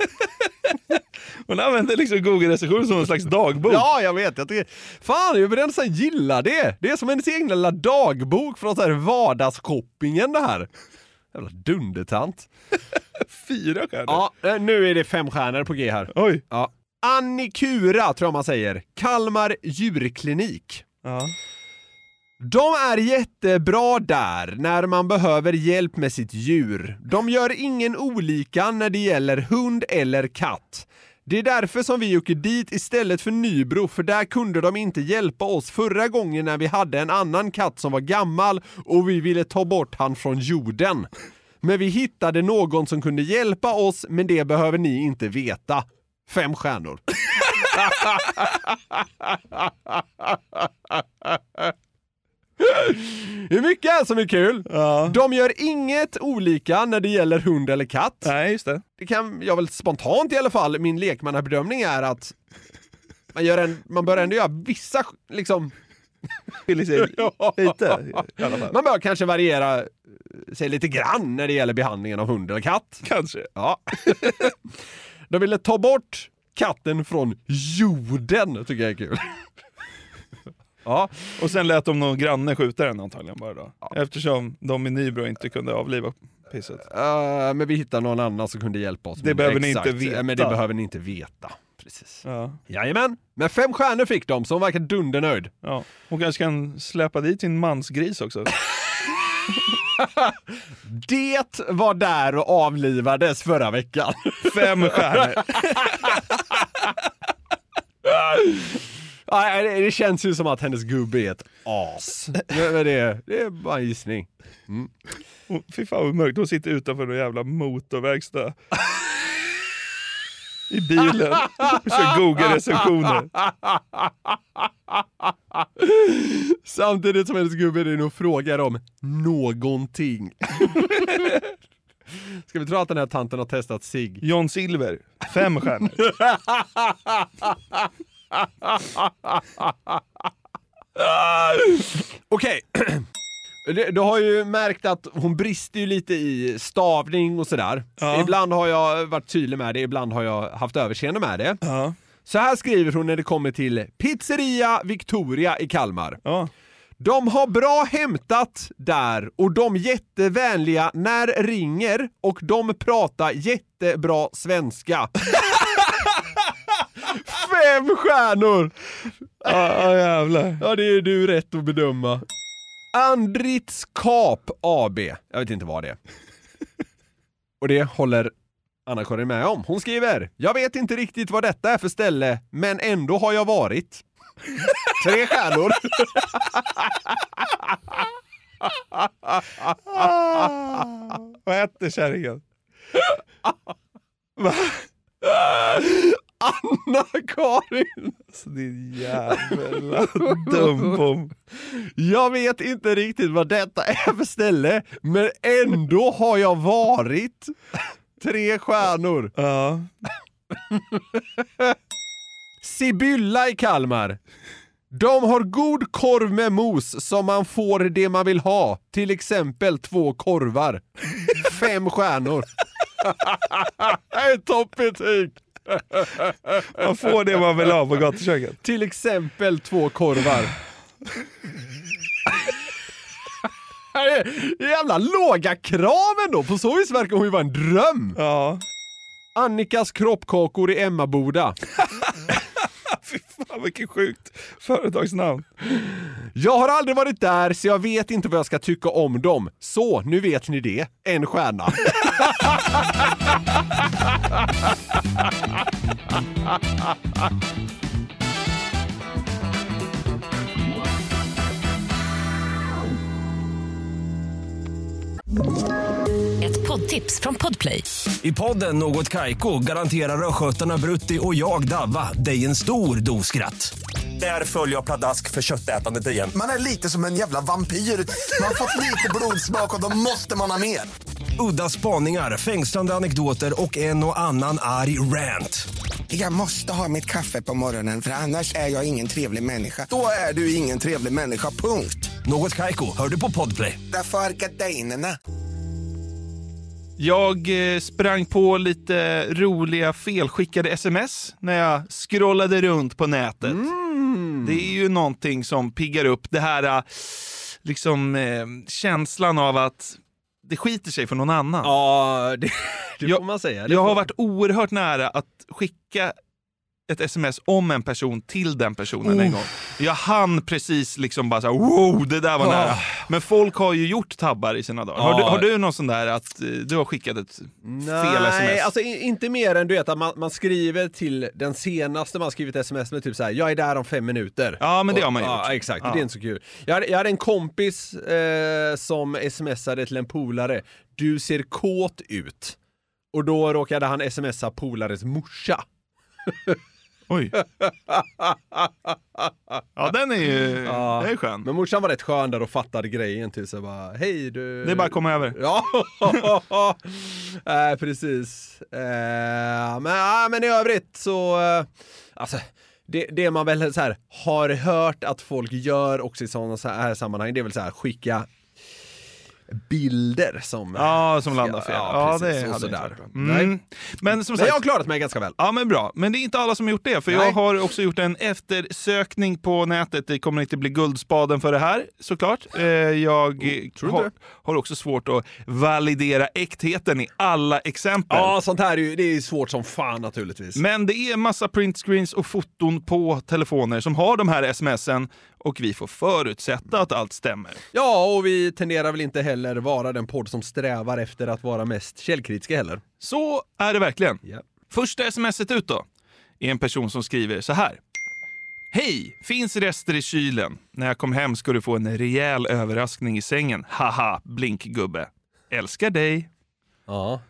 Hon använder liksom Google-recension som en slags dagbok.
Ja, jag vet. Fan, jag vill nästan gilla det. Det är som hennes egen lilla dagbok från så här vardagsshoppingen det här. Jävla dundertant.
4 stjärnor?
Ja, nu är det 5 stjärnor på G här.
Oj.
Ja. Annikura tror jag man säger. Kalmar djurklinik.
Ja.
De är jättebra där när man behöver hjälp med sitt djur. De gör ingen olika när det gäller hund eller katt. Det är därför som vi åker dit istället för Nybro, för där kunde de inte hjälpa oss förra gången när vi hade en annan katt som var gammal och vi ville ta bort han från jorden. Men vi hittade någon som kunde hjälpa oss, men det behöver ni inte veta. 5 stjärnor. Det är mycket här som är kul.
Ja.
De gör inget olika när det gäller hund eller katt.
Nej, just det.
Det kan jag väl spontant i alla fall. Min lekmannabedömning är att man bör ändå göra vissa liksom
lite i alla fall.
Man bör kanske variera sig lite grann när det gäller behandlingen av hund eller katt.
Kanske.
Ja. De ville ta bort katten från jorden, tycker jag är kul. Ja.
Och sen lät de någon granne skjuta den antagligen bara då. Ja. Eftersom de i Nybro inte kunde avliva pisset.
Men vi hittar någon annan som kunde hjälpa oss.
Det behöver ni inte veta.
Men det behöver ni inte veta. Precis.
Ja.
Jajamän. Men 5 stjärnor fick de, så hon verkar dundernöjd.
Ja. Hon kanske kan släppa dit sin mansgris också.
Det var där och avlivades förra veckan.
5 stjärnor.
Det känns ju som att hennes gubbe är ett as. Men det är bara en gissning.
Fy fan vad mörkt. Hon sitter utanför en jävla motorverkstad. I bilen. Och kör Google-recensioner.
Samtidigt som hennes gubbe är och frågar om någonting. Ska vi tro att den här tanten har testat sig?
John Silver. 5 stjärnor.
Okej. Du har ju märkt att hon brister ju lite i stavning och sådär. Ja. Ibland har jag varit tydlig med det, ibland har jag haft överseende med det.
Ja.
Så här skriver hon när det kommer till Pizzeria Victoria i Kalmar.
Ja.
De har bra hämtat där och de jättevänliga när ringer och de pratar jättebra svenska. 5 stjärnor!
Ja, jävlar.
Ja, det är du rätt att bedöma. Andrits Kap AB. Jag vet inte vad det är. Och det håller Anna-Karin med om. Hon skriver: jag vet inte riktigt vad detta är för ställe, men ändå har jag varit. 3 stjärnor.
Vad hette kärringen?
Anna-Karin.
Alltså, din jävla dumbom.
Jag vet inte riktigt vad detta är för ställe, men ändå har jag varit. 3 stjärnor.
Ja.
Sibylla i Kalmar. De har god korv med mos som man får det man vill ha. Till exempel 2 korvar. 5 stjärnor. Det är toppbetyg.
Man får det man vill ha på gatuköket.
Till exempel 2 korvar. Det är jävla låga kraven då. På så vis verkar hon ju vara en dröm.
Ja.
Annikas kroppkakor i Emmaboda.
Fy fan, vilket sjukt företagsnamn.
Jag har aldrig varit där så jag vet inte vad jag ska tycka om dem. Så, nu vet ni det. 1 stjärna.
Ett poddtips från Podplay.
I podden Något Kaiko garanterar röskötarna Brutti och jag Davva dig en stor doskratt. Där följer jag pladask för köttätandet igen.
Man är lite som en jävla vampyr. Man har fått lite blodsmak och då måste man ha mer.
Udda spaningar, fängslande anekdoter och en och annan arg rant.
Jag måste ha mitt kaffe på morgonen för annars är jag ingen trevlig människa. Då är du ingen trevlig människa, punkt.
Något Kaiko, hör du på Podplay.
Därför är gardinerna.
Jag sprang på lite roliga felskickade sms när jag scrollade runt på nätet. Det är ju någonting som piggar upp det här liksom känslan av att det skiter sig för någon annan.
Ja, det får man säga.
Jag har varit oerhört nära att skicka ett sms om en person till den personen en gång. Jag hann precis liksom bara så här, wow, det där var nära. Men folk har ju gjort tabbar i sina dagar. Har du någon sån där att du har skickat ett fel sms?
Nej, alltså inte mer än du vet att man skriver till den senaste man skrivit sms med typ så här, jag är där om 5 minuter.
Ja, men det har man gjort.
Ja, exakt. Det är inte så kul. Jag hade en kompis som smsade till en polare, du ser kåt ut. Och då råkade han smsa polares morsa.
Oj. Ja, den är ju det är skön.
Men morsan var rätt skön där och fattade grejen till så bara, hej du.
Det är bara att komma över.
Ja. Precis. Men i övrigt så alltså det man väl så här har hört att folk gör också i sådana här sammanhang, det är väl så här skicka bilder som
landar fel.
Ja,
precis,
det
hade
där.
Men som sagt,
jag har klarat mig ganska väl.
Ja, men bra. Men det är inte alla som har gjort det, för jag har också gjort en eftersökning på nätet. Det kommer inte bli guldspaden för det här, såklart. Jag har också svårt att validera äktheten i alla exempel.
Ja, sånt här det är svårt som fan naturligtvis.
Men det är massa printscreens och foton på telefoner som har de här sms'en. Och vi får förutsätta att allt stämmer.
Ja, och vi tenderar väl inte heller vara den podd som strävar efter att vara mest källkritiska heller.
Så är det verkligen.
Yeah.
Första sms:et ut då är en person som skriver så här. Hej, finns rester i kylen. När jag kom hem ska du få en rejäl överraskning i sängen. Haha, blinkgubbe. Älskar dig.
Ja.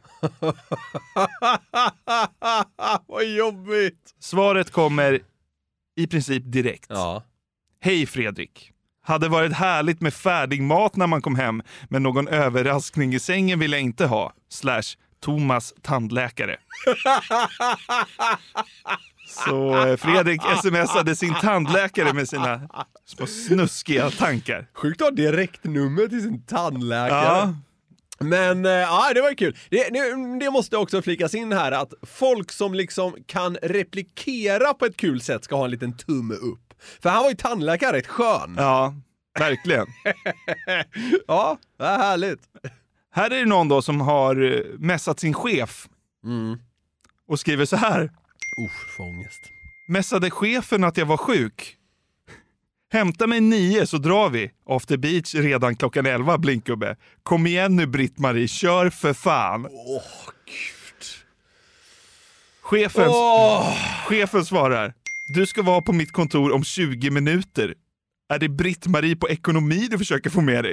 Vad jobbigt.
Svaret kommer i princip direkt.
Ja.
Hej Fredrik. Hade varit härligt med färdig mat när man kom hem, men någon överraskning i sängen vill jag inte ha. /Thomas tandläkare. Så Fredrik smsade sin tandläkare med sina små snuskiga tankar.
Sjukt att ha direktnummer till sin tandläkare.
Ja.
Men det var kul. Det måste också flikas in här att folk som liksom kan replikera på ett kul sätt ska ha en liten tumme upp. För han var ju tandläkare rätt skön.
Ja, verkligen.
Ja, det är härligt.
Här är det någon då som har messat sin chef. Och skriver så här.
Fångest.
Messade chefen att jag var sjuk. Hämta mig 9 så drar vi. After beach redan klockan 11, blinkgubbe. Kom igen nu Britt-Marie, kör för fan.
Gud.
Chefen svarar. Du ska vara på mitt kontor om 20 minuter. Är det Britt-Marie på ekonomi du försöker få med dig?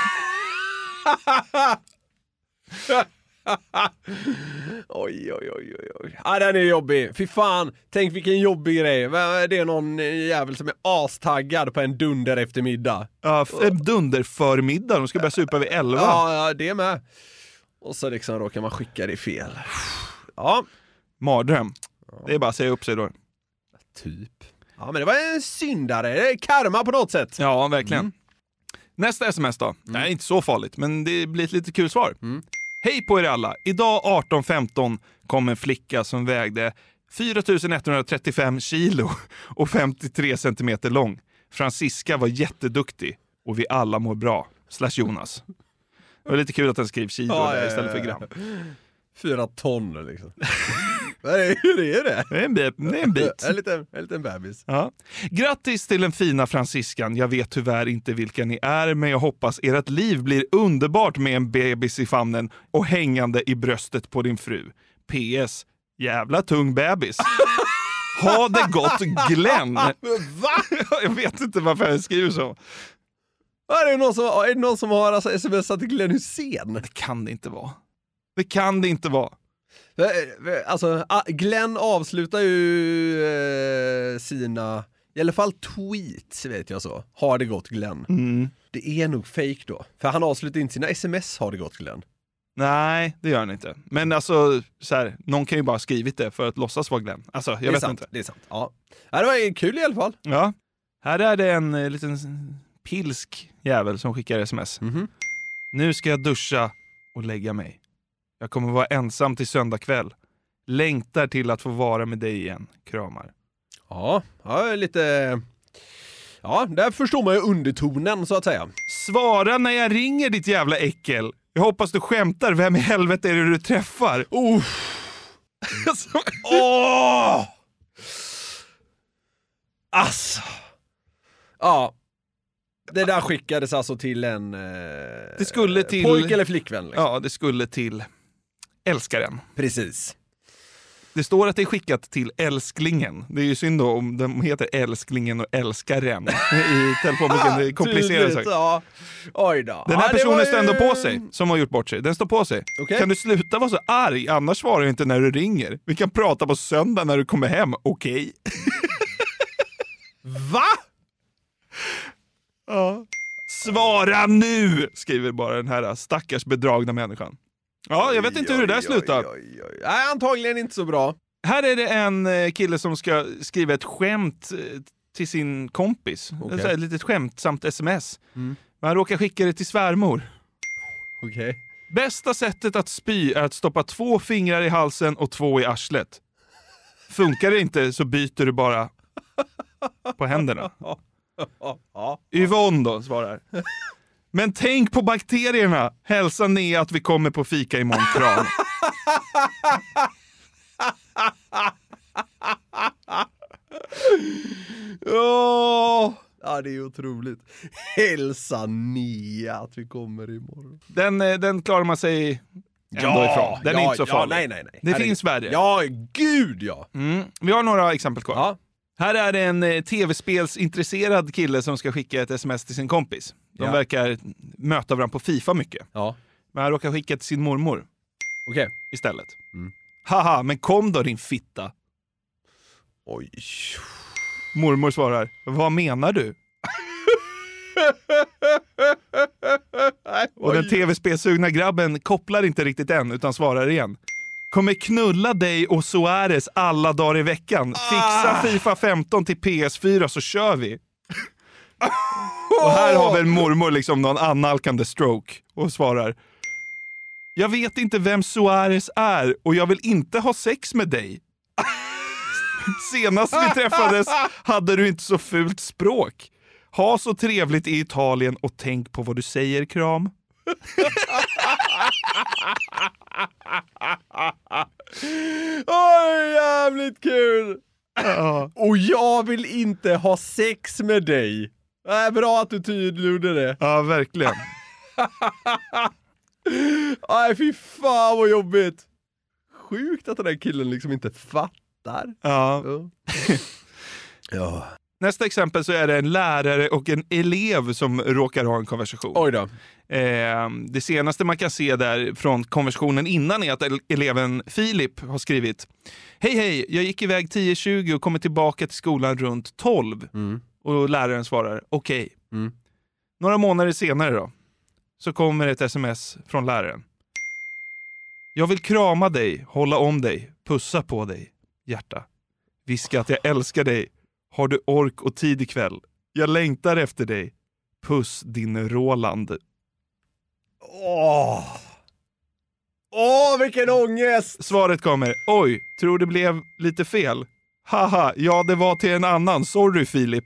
Oj. Den är jobbig. Fy fan, tänk vilken jobbig grej. Det är någon jävel som är astaggad på en dunder eftermiddag.
Ja, en dunder förmiddag. De ska börja supa vid 11.
Ja, det med. Och så liksom råkar man skicka det fel. Ja.
Mardröm. Det är bara att säga upp sig då.
Typ. Ja, men det var en syndare. Det är karma på något sätt.
Ja, verkligen. Nästa sms då. Det är inte så farligt, men det blir ett lite kul svar. Hej på er alla. Idag 18:15 kom en flicka som vägde 4135 kilo och 53 centimeter lång. Franziska var jätteduktig och vi alla mår bra. /Jonas. Det var lite kul att den skrev kilo där istället för gram.
4 ton liksom. Hur är det?
Det är en bit.
En liten bebis.
Ja. Grattis till den fina Franziskan. Jag vet tyvärr inte vilka ni är, men jag hoppas ert liv blir underbart med en bebis i famnen och hängande i bröstet på din fru. PS. Jävla tung bebis. Ha det gott, Glenn.
Va?
Jag vet inte varför jag skriver så.
Är det någon som har alltså smsat till Glenn Hussein?
Det kan det inte vara. Det kan det inte vara.
Alltså, Glenn avslutar ju sina, i alla fall tweets vet jag så. Har det gått Glenn?
Mm.
Det är nog fake då. För han avslutar inte sina sms, har det gått Glenn?
Nej, det gör han inte. Men alltså, så här, någon kan ju bara skrivit det för att låtsas vara Glenn. Alltså, jag vet
sant,
inte.
Det är sant, ja. Det var kul i alla fall.
Ja. Här är det en liten pilsk jävel som skickar sms.
Mm-hmm. Nu
ska jag duscha och lägga mig. Jag kommer vara ensam till söndag kväll. Längtar till att få vara med dig igen. Kramar.
Ja, lite... Ja, där förstår man ju undertonen så att säga.
Svara när jag ringer ditt jävla äckel. Jag hoppas du skämtar. Vem i helvete är det du träffar?
Alltså. Ja. Det där skickades alltså till en
det skulle till
pojk eller flickvän liksom.
Ja, det skulle till älskaren.
Precis.
Det står att det är skickat till älsklingen. Det är ju synd då om de heter älsklingen och älskaren i telefonboken. Det komplicerar sig.
Ja. Oj då.
Den här personen står ändå på sig, som har gjort bort sig. Den står på sig.
Okay.
Kan du sluta vara så arg? Annars svarar jag inte när du ringer. Vi kan prata på söndag när du kommer hem. Okej.
Va?
Ja. Svara nu, skriver bara den här stackars bedragna människan. Ja, jag vet inte hur det där slutar.
Nej, antagligen inte så bra.
Här är det en kille som ska skriva ett skämt till sin kompis. Okay. Ett litet skämtsamt sms. Men han råkar skicka det till svärmor.
Okay.
Bästa sättet att spy är att stoppa 2 fingrar i halsen och 2 i arslet. Funkar det inte så byter du bara på händerna. Yvonne då svarar. Men tänk på bakterierna. Hälsa ner att vi kommer på fika imorgon. Kram.
Ja, det är otroligt. Hälsa ner att vi kommer imorgon.
Den klarar man sig ändå ifrån. Den är inte så farlig.
Nej.
Det finns värre.
Ja, gud ja.
Vi har några exempel kvar.
Ja.
Här är det en tv-spelsintresserad kille som ska skicka ett sms till sin kompis. De verkar möta varandra på FIFA mycket.
Ja.
Men han råkar skicka till sin mormor.
Okej.
Istället. Haha, men kom då din fitta.
Oj.
Mormor svarar, vad menar du? Och den tv-spelsugna grabben kopplar inte riktigt än utan svarar igen. Kommer knulla dig och Suarez alla dagar i veckan. Fixa FIFA 15 till PS4 så kör vi. Och här har väl mormor liksom någon annalkande stroke och svarar. Jag vet inte vem Suarez är och jag vill inte ha sex med dig. Senast vi träffades hade du inte så fult språk. Ha så trevligt i Italien och tänk på vad du säger, kram.
Oj, jävligt kul. Och jag vill inte ha sex med dig. Bra att du tydliggjorde det.
Ja, verkligen.
Nej, fy fan vad jobbigt. Sjukt att den där killen liksom inte fattar.
Ja.
Ja.
Nästa exempel så är det en lärare och en elev som råkar ha en konversation.
Oj då.
Det senaste man kan se där från konversationen innan är att eleven Filip har skrivit: Hej, jag gick iväg 10:20 och kommer tillbaka till skolan runt 12. Och läraren svarar, okej. Några månader senare då, så kommer ett sms från läraren. Jag vill krama dig, hålla om dig, pussa på dig, hjärta. Viska att jag älskar dig. Har du ork och tid ikväll? Jag längtar efter dig. Puss din Roland.
Åh, vilken ångest!
Svaret kommer. Oj, tror det blev lite fel. Haha, ja det var till en annan. Sorry Filip.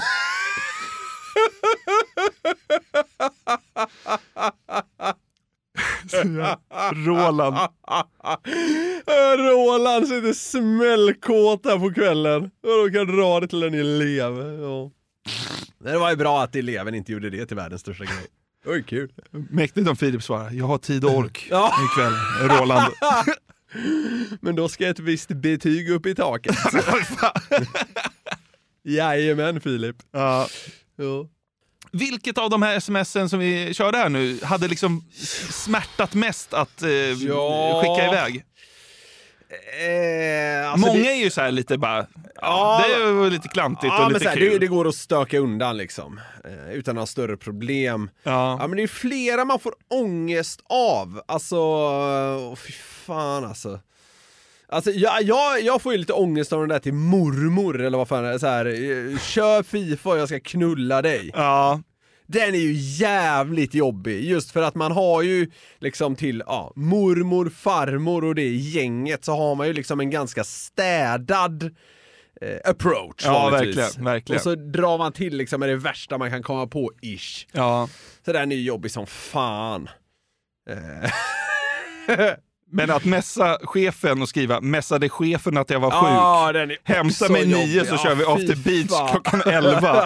Roland.
Roland sitter smällkåt här på kvällen. Och de kan dra det till en elev. Ja. Det var ju bra att eleven inte gjorde det till världens största grej. Oj, kul.
Mäktigt om Filip svarar. Jag har tid och ork ikväll, Roland.
Men då ska ett visst betyg upp i taket. Jajamän, Filip.
Ja. Vilket av de här sms'en som vi körde här nu hade liksom smärtat mest att skicka iväg? Alltså många är ju så här lite bara... Ja, det är lite klantigt och lite kul.
Det går att stöka undan liksom. Utan att ha större problem. Ja, men det är flera man får ångest av. Alltså, fy fan alltså. Alltså jag får ju lite ångest av den där till mormor eller vad fan är det, så här, kör FIFA och jag ska knulla dig.
Ja.
Den är ju jävligt jobbig just för att man har ju liksom till mormor, farmor och det gänget så har man ju liksom en ganska städad approach.
Ja, verkligen.
Och så drar man till liksom med det värsta man kan komma på ish.
Ja.
Så den är ju jobbig som fan.
Men att mässa chefen och skriva mässade chefen att jag var sjuk. Hämta mig 9 så kör vi After Beach klockan 11.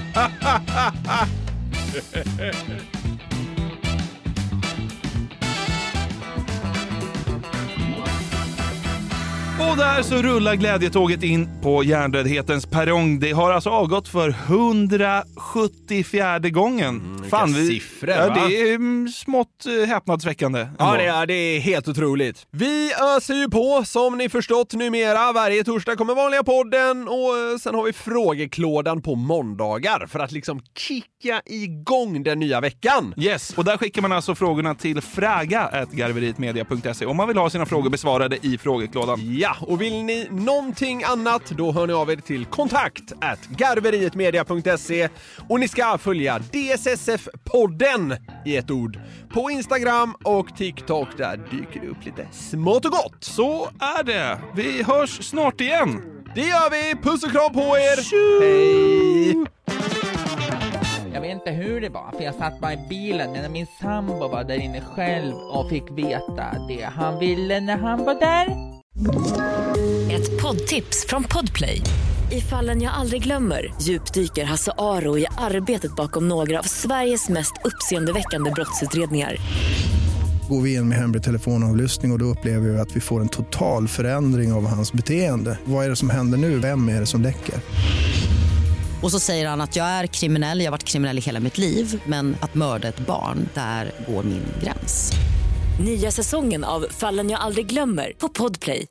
Och där så rullar glädjetåget in på hjärndödhetens perrong. Det har alltså avgått för 174 gången.
Fan, siffror,
det är smått häpnadsväckande.
Ja, det är helt otroligt. Vi öser ju på, som ni förstått numera. Varje torsdag kommer vanliga podden och sen har vi frågeklådan på måndagar för att liksom kicka igång den nya veckan.
Yes, och där skickar man alltså frågorna till fraga@garverietmedia.se om man vill ha sina frågor besvarade i frågeklådan.
Ja, och vill ni någonting annat, då hör ni av er till kontakt@garverietmedia.se och ni ska följa DSSF-podden i ett ord på Instagram och TikTok. Där dyker det upp lite smått och gott.
Så är det. Vi hörs snart igen.
Det gör vi. Puss och kram på er. Hej!
Jag vet inte hur det var, för jag satt bara i bilen när min sambo var där inne själv och fick veta det han ville när han var där.
Ett poddtips från Podplay. I Fallen jag aldrig glömmer djupdyker Hasse Aro i arbetet bakom några av Sveriges mest uppseendeväckande brottsutredningar.
Går vi in med hemlig telefonavlyssning och då upplever vi att vi får en total förändring av hans beteende. Vad är det som händer nu? Vem är det som läcker?
Och så säger han att jag är kriminell, jag har varit kriminell i hela mitt liv. Men att mörda ett barn, där går min gräns.
Nya säsongen av Fallen jag aldrig glömmer på Podplay.